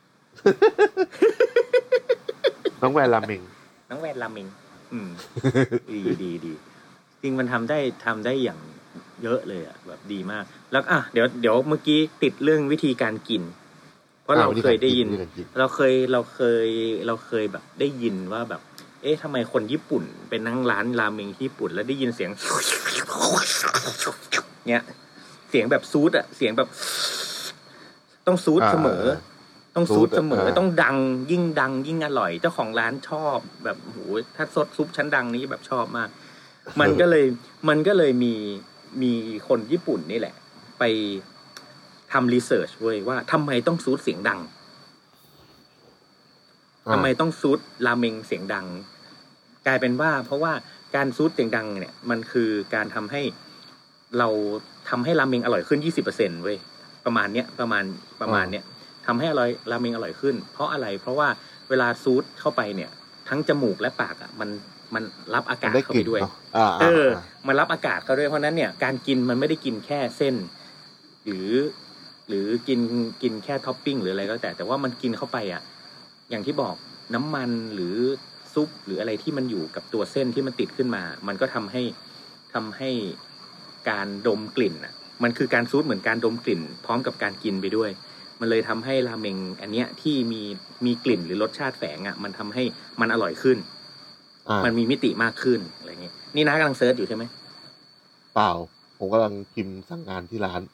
[SPEAKER 4] น้องแวนราเมง
[SPEAKER 3] ดีจริงมันทำได้อย่างเยอะเลยแบบดีมากแล้วเดี๋ยวเมื่อกี้ติดเรื่องวิธีการกินเพราะเราเคยได้ยินเราเคยแบบได้ยินว่าแบบทำไมคนญี่ปุ่นเป็นนั่งร้านราเมงที่ญี่ปุ่นแล้วได้ยินเสียงเนี้ยเสียงแบบซูดเสียงแบบต้องซูดเสมอต้องซูดเสมอต้องดังยิ่งอร่อยเจ้าของร้านชอบแบบโหถ้าซดซุปชั้นดังนี้แบบชอบมากมันก็เลยมีคนญี่ปุ่นนี่แหละไปทำรีเสิร์ชเว้ยว่าทำไมต้องซูดเสียงดังทำไมต้องซูดราเมงเสียงดังกลายเป็นว่าเพราะว่าการซูดเสียงดังเนี่ยมันคือการทำให้เราทำให้ราเมงอร่อยขึ้น 20% เว้ยประมาณเนี้ยประมาณเนี้ยทำให้อร่อยราเมงอร่อยขึ้นเพราะอะไรเพราะว่าเวลาซูดเข้าไปเนี่ยทั้งจมูกและปากอ่ะมันรับอากาศเข้าไปด้วยมันรับอากาศเข้าด้วยเพราะนั้นเนี่ยการกินมันไม่ได้กินแค่เส้นหรือกินแค่ท็อปปิ้งหรืออะไรก็แต่ว่ามันกินเข้าไปอ่ะอย่างที่บอกน้ำมันหรือซุปหรืออะไรที่มันอยู่กับตัวเส้นที่มันติดขึ้นมามันก็ทำให้การดมกลิ่นอ่ะมันคือการซูดเหมือนการดมกลิ่นพร้อมกับการกินไปด้วยมันเลยทำให้ราเมงอันเนี้ยที่มีกลิ่นหรือรสชาติแฝงอ่ะมันทำให้มันอร่อยขึ้นมันมีมิติมากขึ้นอะไรเงี้ยนี่นะกำลังเซิร์ชอยู่ใช่ไหม
[SPEAKER 4] เปล่าผมกำลังพิมพ์สั่งงานที่ร้าน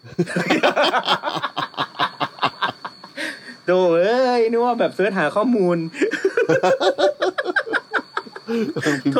[SPEAKER 3] โธ่เอ้ยนึกว่าแบบเสิร์ชหาข้อมูลโถ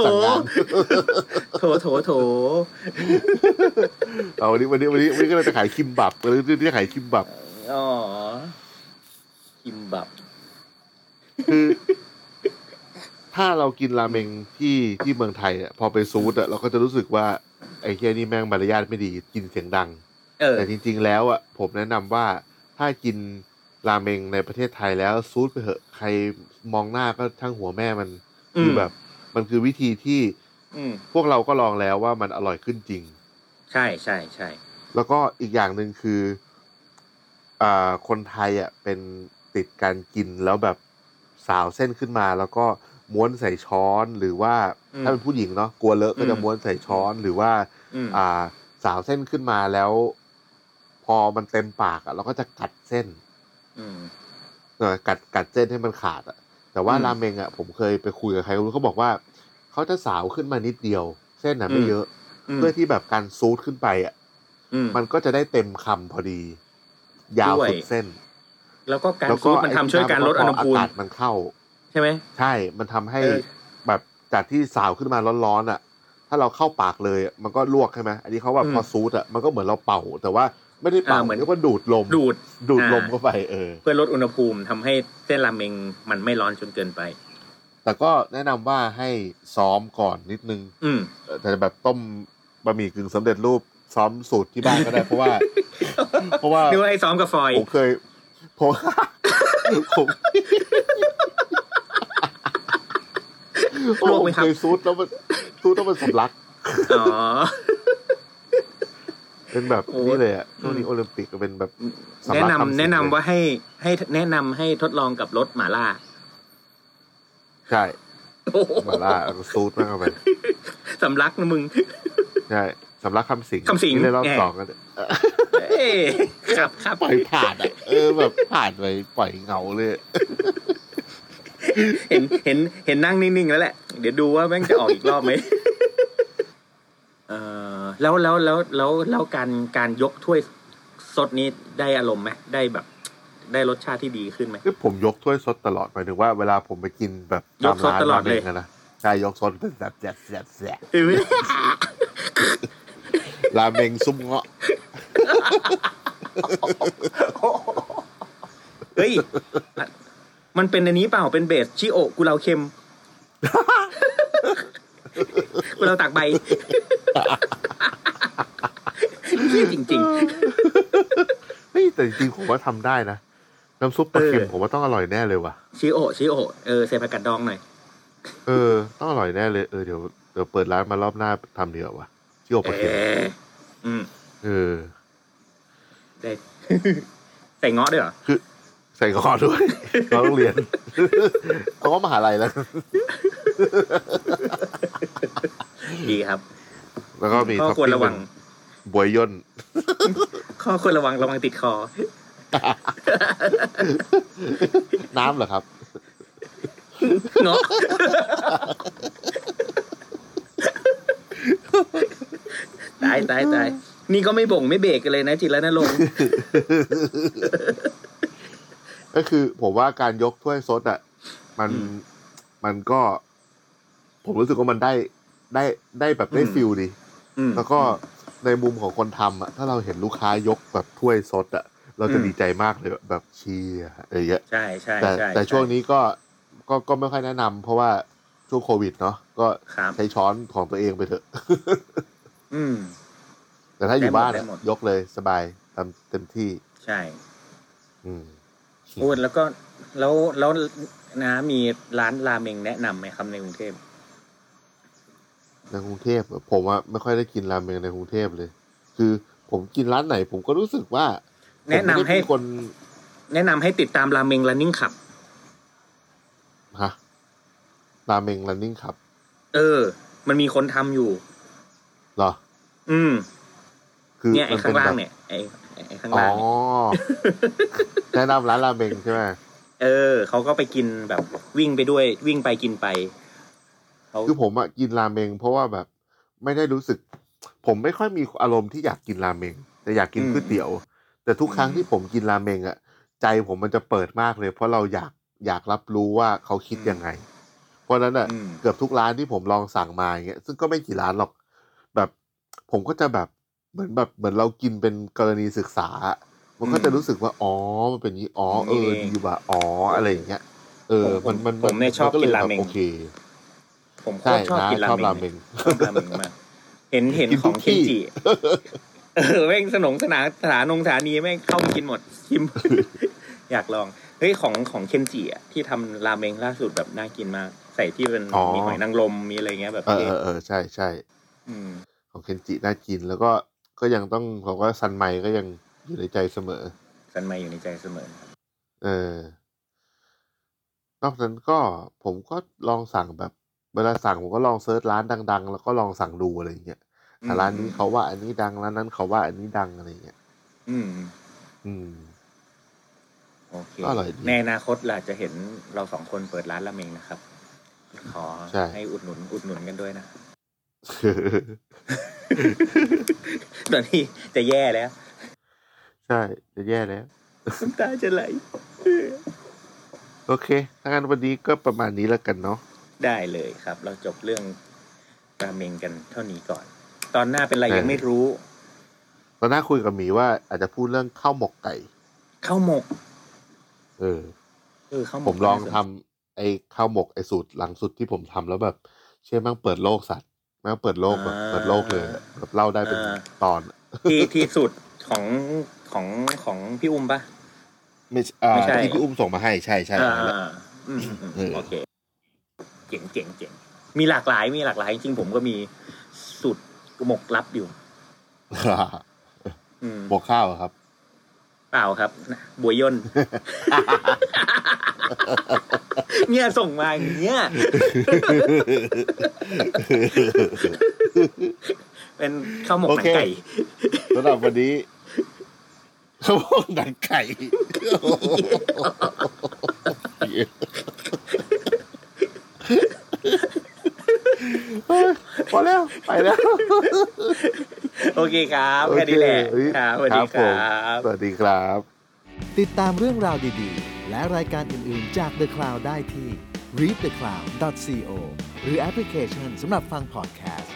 [SPEAKER 4] เอาวันนี้ก็เลยจะขายคิมบับหรือที่ขายคิมบับ
[SPEAKER 3] อ๋อคิมบับ
[SPEAKER 4] คือถ้าเรากินราเมงที่เมืองไทยอ่ะพอไปซูดอ่ะเราก็จะรู้สึกว่าไอ้เหี้ยนี่แม่งมารยาทไม่ดีกินเสียงดังแต่จริงๆแล้วอ่ะผมแนะนำว่าถ้ากินราเมงในประเทศไทยแล้วซูดไปเหอะใครมองหน้าก็ช่างหัวแม่มันคือแบบมันคือวิธีที่พวกเราก็ลองแล้วว่ามันอร่อยขึ้นจริง
[SPEAKER 3] ใช่
[SPEAKER 4] แล้วก็อีกอย่างนึงคือคนไทยอ่ะเป็นติดการกินแล้วแบบสาวเส้นขึ้นมาแล้วก็ม้วนใส่ช้อนหรือว่าถ้าเป็นผู้หญิงเนาะกลัวเลอะก็จะม้วนใส่ช้อนหรือว่าสาวเส้นขึ้นมาแล้วพอมันเต็มปากอ่ะเราก็จะกัดเส้นกัดเส้นให้มันขาดอ่ะแต่ว่าราเมงอ่ะผมเคยไปคุยกับใครเขาบอกว่าเขาจะสาวขึ้นมานิดเดียวเส้นอ่ะไม่เยอะเพื่อที่แบบการซูดขึ้นไปอ่ะมันก็จะได้เต็มคำพอดียาวสุดเส้น
[SPEAKER 3] แล้วก็การซูดมันทำช่วยการลดอุณหภูมิ
[SPEAKER 4] อากาศมันเข้า
[SPEAKER 3] ใช่ไหม
[SPEAKER 4] ใช่มันทำให้แบบจากที่สาวขึ้นมาร้อนๆอ่ะถ้าเราเข้าปากเลยมันก็ลวกใช่ไหมอันนี้เขาว่าพอซูดอ่ะมันก็เหมือนเราเป่าแต่ว่าไม่ได้เป่าเหมือนก็ดูดลมเข้าไป
[SPEAKER 3] เพื่อลดอุณหภูมิทำให้เส้นราเมงมันไม่ร้อนจนเกินไป
[SPEAKER 4] แต่ก็แนะนำว่าให้ซ้อมก่อนนิดนึงแต่แบบต้มบะหมี่กึ่งสำเร็จรูปซ้อมสูตรที่บ้านก็ได้เพราะว่า
[SPEAKER 3] ดูให้ซ้อมกับฟอย
[SPEAKER 4] ผมเคยเคยซูดแล้วมันสำลัก
[SPEAKER 3] อ๋อ
[SPEAKER 4] เป็นแบบนี้เลยอ่ะช่วงนี้โอลิมปิกก็เป็นแบบ
[SPEAKER 3] แนะนำว่าให้แนะนำให้ทดลองกับรสหม่าล่า
[SPEAKER 4] ใช่หม่าล่าซูดมากเข้าไป
[SPEAKER 3] สำลักนะมึง
[SPEAKER 4] ใช่สำลักคำสิงในรอบ2กัน
[SPEAKER 3] ครับ
[SPEAKER 4] ปล่อยผ่านอ่ะแบบผ่านไปปล่อยเงาเลย
[SPEAKER 3] เห็นนั่งนิ่งๆแล้วแหละเดี๋ยวดูว่าแม่งจะออกอีกรอบไหมแล้วการยกถ้วยซดนี้ได้อารมณ์ไหมได้แบบได้รสชาติที่ดีขึ้นไหม
[SPEAKER 4] คือผมยกถ้วยซดตลอดหมายถึงว่าเวลาผมไปกินแบบ
[SPEAKER 3] ยกซดตลอดเลย
[SPEAKER 4] นะใช่ยกซดเป็นแบบแสบราเมงซุปเงาะ
[SPEAKER 3] เฮ้ยมันเป็นอันนี้เปล่าเป็นเบสชิโอะกุเลาเค็มกุเลาตากใบจริง
[SPEAKER 4] ๆไม่แต่จริงๆผมว่าทำได้นะน้ำซุปปลาเค็มผมว่าต้องอร่อยแน่เลยว่ะ
[SPEAKER 3] ชิโอะใส่ผักกาดดองหน่อย
[SPEAKER 4] ต้องอร่อยแน่เลยเดี๋ยวเปิดร้านมารอบหน้าทำเดี๋ยวว่ะชิโอะปลาเค็ม
[SPEAKER 3] ได้ใส่เงาะด้วยเหรอ
[SPEAKER 4] คือใส่เงาะด้วยเราต้องเรียนเขาก็มหาลัยแล้ว
[SPEAKER 3] ดีครับ
[SPEAKER 4] แล้วก็มี
[SPEAKER 3] ข้อควรระวัง
[SPEAKER 4] บวยย่น
[SPEAKER 3] ข้อควรระวังติดคอ
[SPEAKER 4] น้ำเหรอครับ
[SPEAKER 3] เงาะตายนี่ก็ไม่บ่งไม่เบรกกันเลยนะจิตแล้วนะลง
[SPEAKER 4] ก็คือผมว่าการยกถ้วยซดอ่ะมันก็ผมรู้สึกว่ามันได้แบบได้ฟิลดีแล้วก็ในมุมของคนทำอ่ะถ้าเราเห็นลูกค้ายกแบบถ้วยซดอ่ะเราจะดีใจมากเลยแบบเชียร์อะไรเงี้ย
[SPEAKER 3] ใช่
[SPEAKER 4] แต่ช่วงนี้ก็ไม่ค่อยแนะนำเพราะว่าช่วงโควิดเนาะก็ใช้ช้อนของตัวเองไปเถอะแต่ถ้าอยู่บ้านยกเลยสบายทำเต็มที่
[SPEAKER 3] ใช่พูดแล้วก็แล้วนะมีร้านราเมงแนะนำไหมครับในกรุงเทพ
[SPEAKER 4] ผมว่าไม่ค่อยได้กินราเมงในกรุงเทพเลยคือผมกินร้านไหนผมก็รู้สึกว่า
[SPEAKER 3] แนะนำให้ติดตามราเมง Running Club
[SPEAKER 4] ฮะราเมง Running Club
[SPEAKER 3] มันมีคนทำอยู่
[SPEAKER 4] เหรอ
[SPEAKER 3] คือเนี่ยไอ้ข้างล่างเนี่ยไอ้ข้างล่าง
[SPEAKER 4] แนะนำร้านราเมงใช่ไหม
[SPEAKER 3] เขาก็ไปกินแบบวิ่งไปด้วยวิ่งไปกินไป
[SPEAKER 4] คือผมอะกินราเมงเพราะว่าแบบไม่ได้รู้สึกผมไม่ค่อยมีอารมณ์ที่อยากกินราเมงแต่อยากกินก๋วยเตี๋ยวแต่ทุกครั้งที่ผมกินราเมงอะใจผมมันจะเปิดมากเลยเพราะเราอยากรับรู้ว่าเขาคิดยังไงเพราะนั้นอะเกือบทุกร้านที่ผมลองสั่งมาอย่างเงี้ยซึ่งก็ไม่กี่ร้านหรอกแบบผมก็จะแบบเหมือนเรากินเป็นกรณีศึกษามันก็จะรู้สึกว่าอ๋อมันเป็นอย่างนี้อ๋อดีว่ะอ๋ออะไรอย่างเงี้ย
[SPEAKER 3] ผมเนี่ยชอบกินราเมง
[SPEAKER 4] โอเค
[SPEAKER 3] ผมโคตรชอบกินราเมงมากเห็นของเคนจิแม่งสนานสถานีแม่งเข้ามากินหมดชิม อยากลองเฮ้ยของเคนจิอ่ะที่ทำราเมงล่าสุดแบบน่ากินมากใส่ที่เป็นมีหอยนางรมมีอะไรเงี้ยแบบ
[SPEAKER 4] ใช่ของเคนจิน่ากินแล้วก็ยังต้องบอกว่าซันไมก็ยังอยู่ในใจเสมอ
[SPEAKER 3] ซันไมอยู่ในใจเสม
[SPEAKER 4] อนอกนั้นก็ผมก็ลองสั่งแบบเวลาสั่งผมก็ลองเซิร์ชร้านดังๆแล้วก็ลองสั่งดูอะไรอย่างเงี้ยแต่ร้านนี้เขาว่าอันนี้ดังร้านนั้นเขาว่าอันนี้ดังอะไรอย่างเงี้ย
[SPEAKER 3] โอเคในอนาคตเราจะเห็นเราสองคนเปิดร้านราเมงนะครับขอให้อุดหนุนกันด้วยนะตอนนี้จะแย่แล้ว
[SPEAKER 4] ใช่จะแย่แล้ว
[SPEAKER 3] น้ำตาจะไหล
[SPEAKER 4] โอเคถ้างั้นวันนี้ก็ประมาณนี้แล้วกันเนาะ
[SPEAKER 3] ได้เลยครับเราจบเรื่องราเมงกันเท่านี้ก่อนตอนหน้าเป็นอะไรยังไม่รู้
[SPEAKER 4] ตอนหน้าคุยกับหมีว่าอาจจะพูดเรื่องข้าวหมกไก่
[SPEAKER 3] ข้าวหมก
[SPEAKER 4] ข้าวหมกผมลองทำไอ้ข้าวหมกไอ้สูตรหลังสุดที่ผมทำแล้วแบบเชื่อมั่งเปิดโลกสัตว์มั่งเปิดโลกแบบเปิดโลกเลยแบบเล่าได้เป็นตอน
[SPEAKER 3] ที่สูตรของพี่อุ้มปะ
[SPEAKER 4] ไม่ใช่ที่พี่อุ้มส่งมาให้ใช่
[SPEAKER 3] โอเคเจ๋งมีหลากหลายจริงผมก็มีสูตรหมกลับอยู่
[SPEAKER 4] หมกข้าวครับ
[SPEAKER 3] เปล่าครับบัวย่นเนี่ยส่งมาอย่างเงี้ยเป็นข้าวหมกหนังไก่
[SPEAKER 4] สำหรับวันนี้ข้าวหมกหนังไก่พอแล้วไปแล้ว
[SPEAKER 3] โอเคครับแค่นี้แหละครับสวัสดีครับ
[SPEAKER 4] สวัสดีครับ
[SPEAKER 1] ติดตามเรื่องราวดีๆและรายการอื่นๆจาก The Cloud ได้ที่ readthecloud.co หรือแอปพลิเคชันสำหรับฟังพอดแคสต์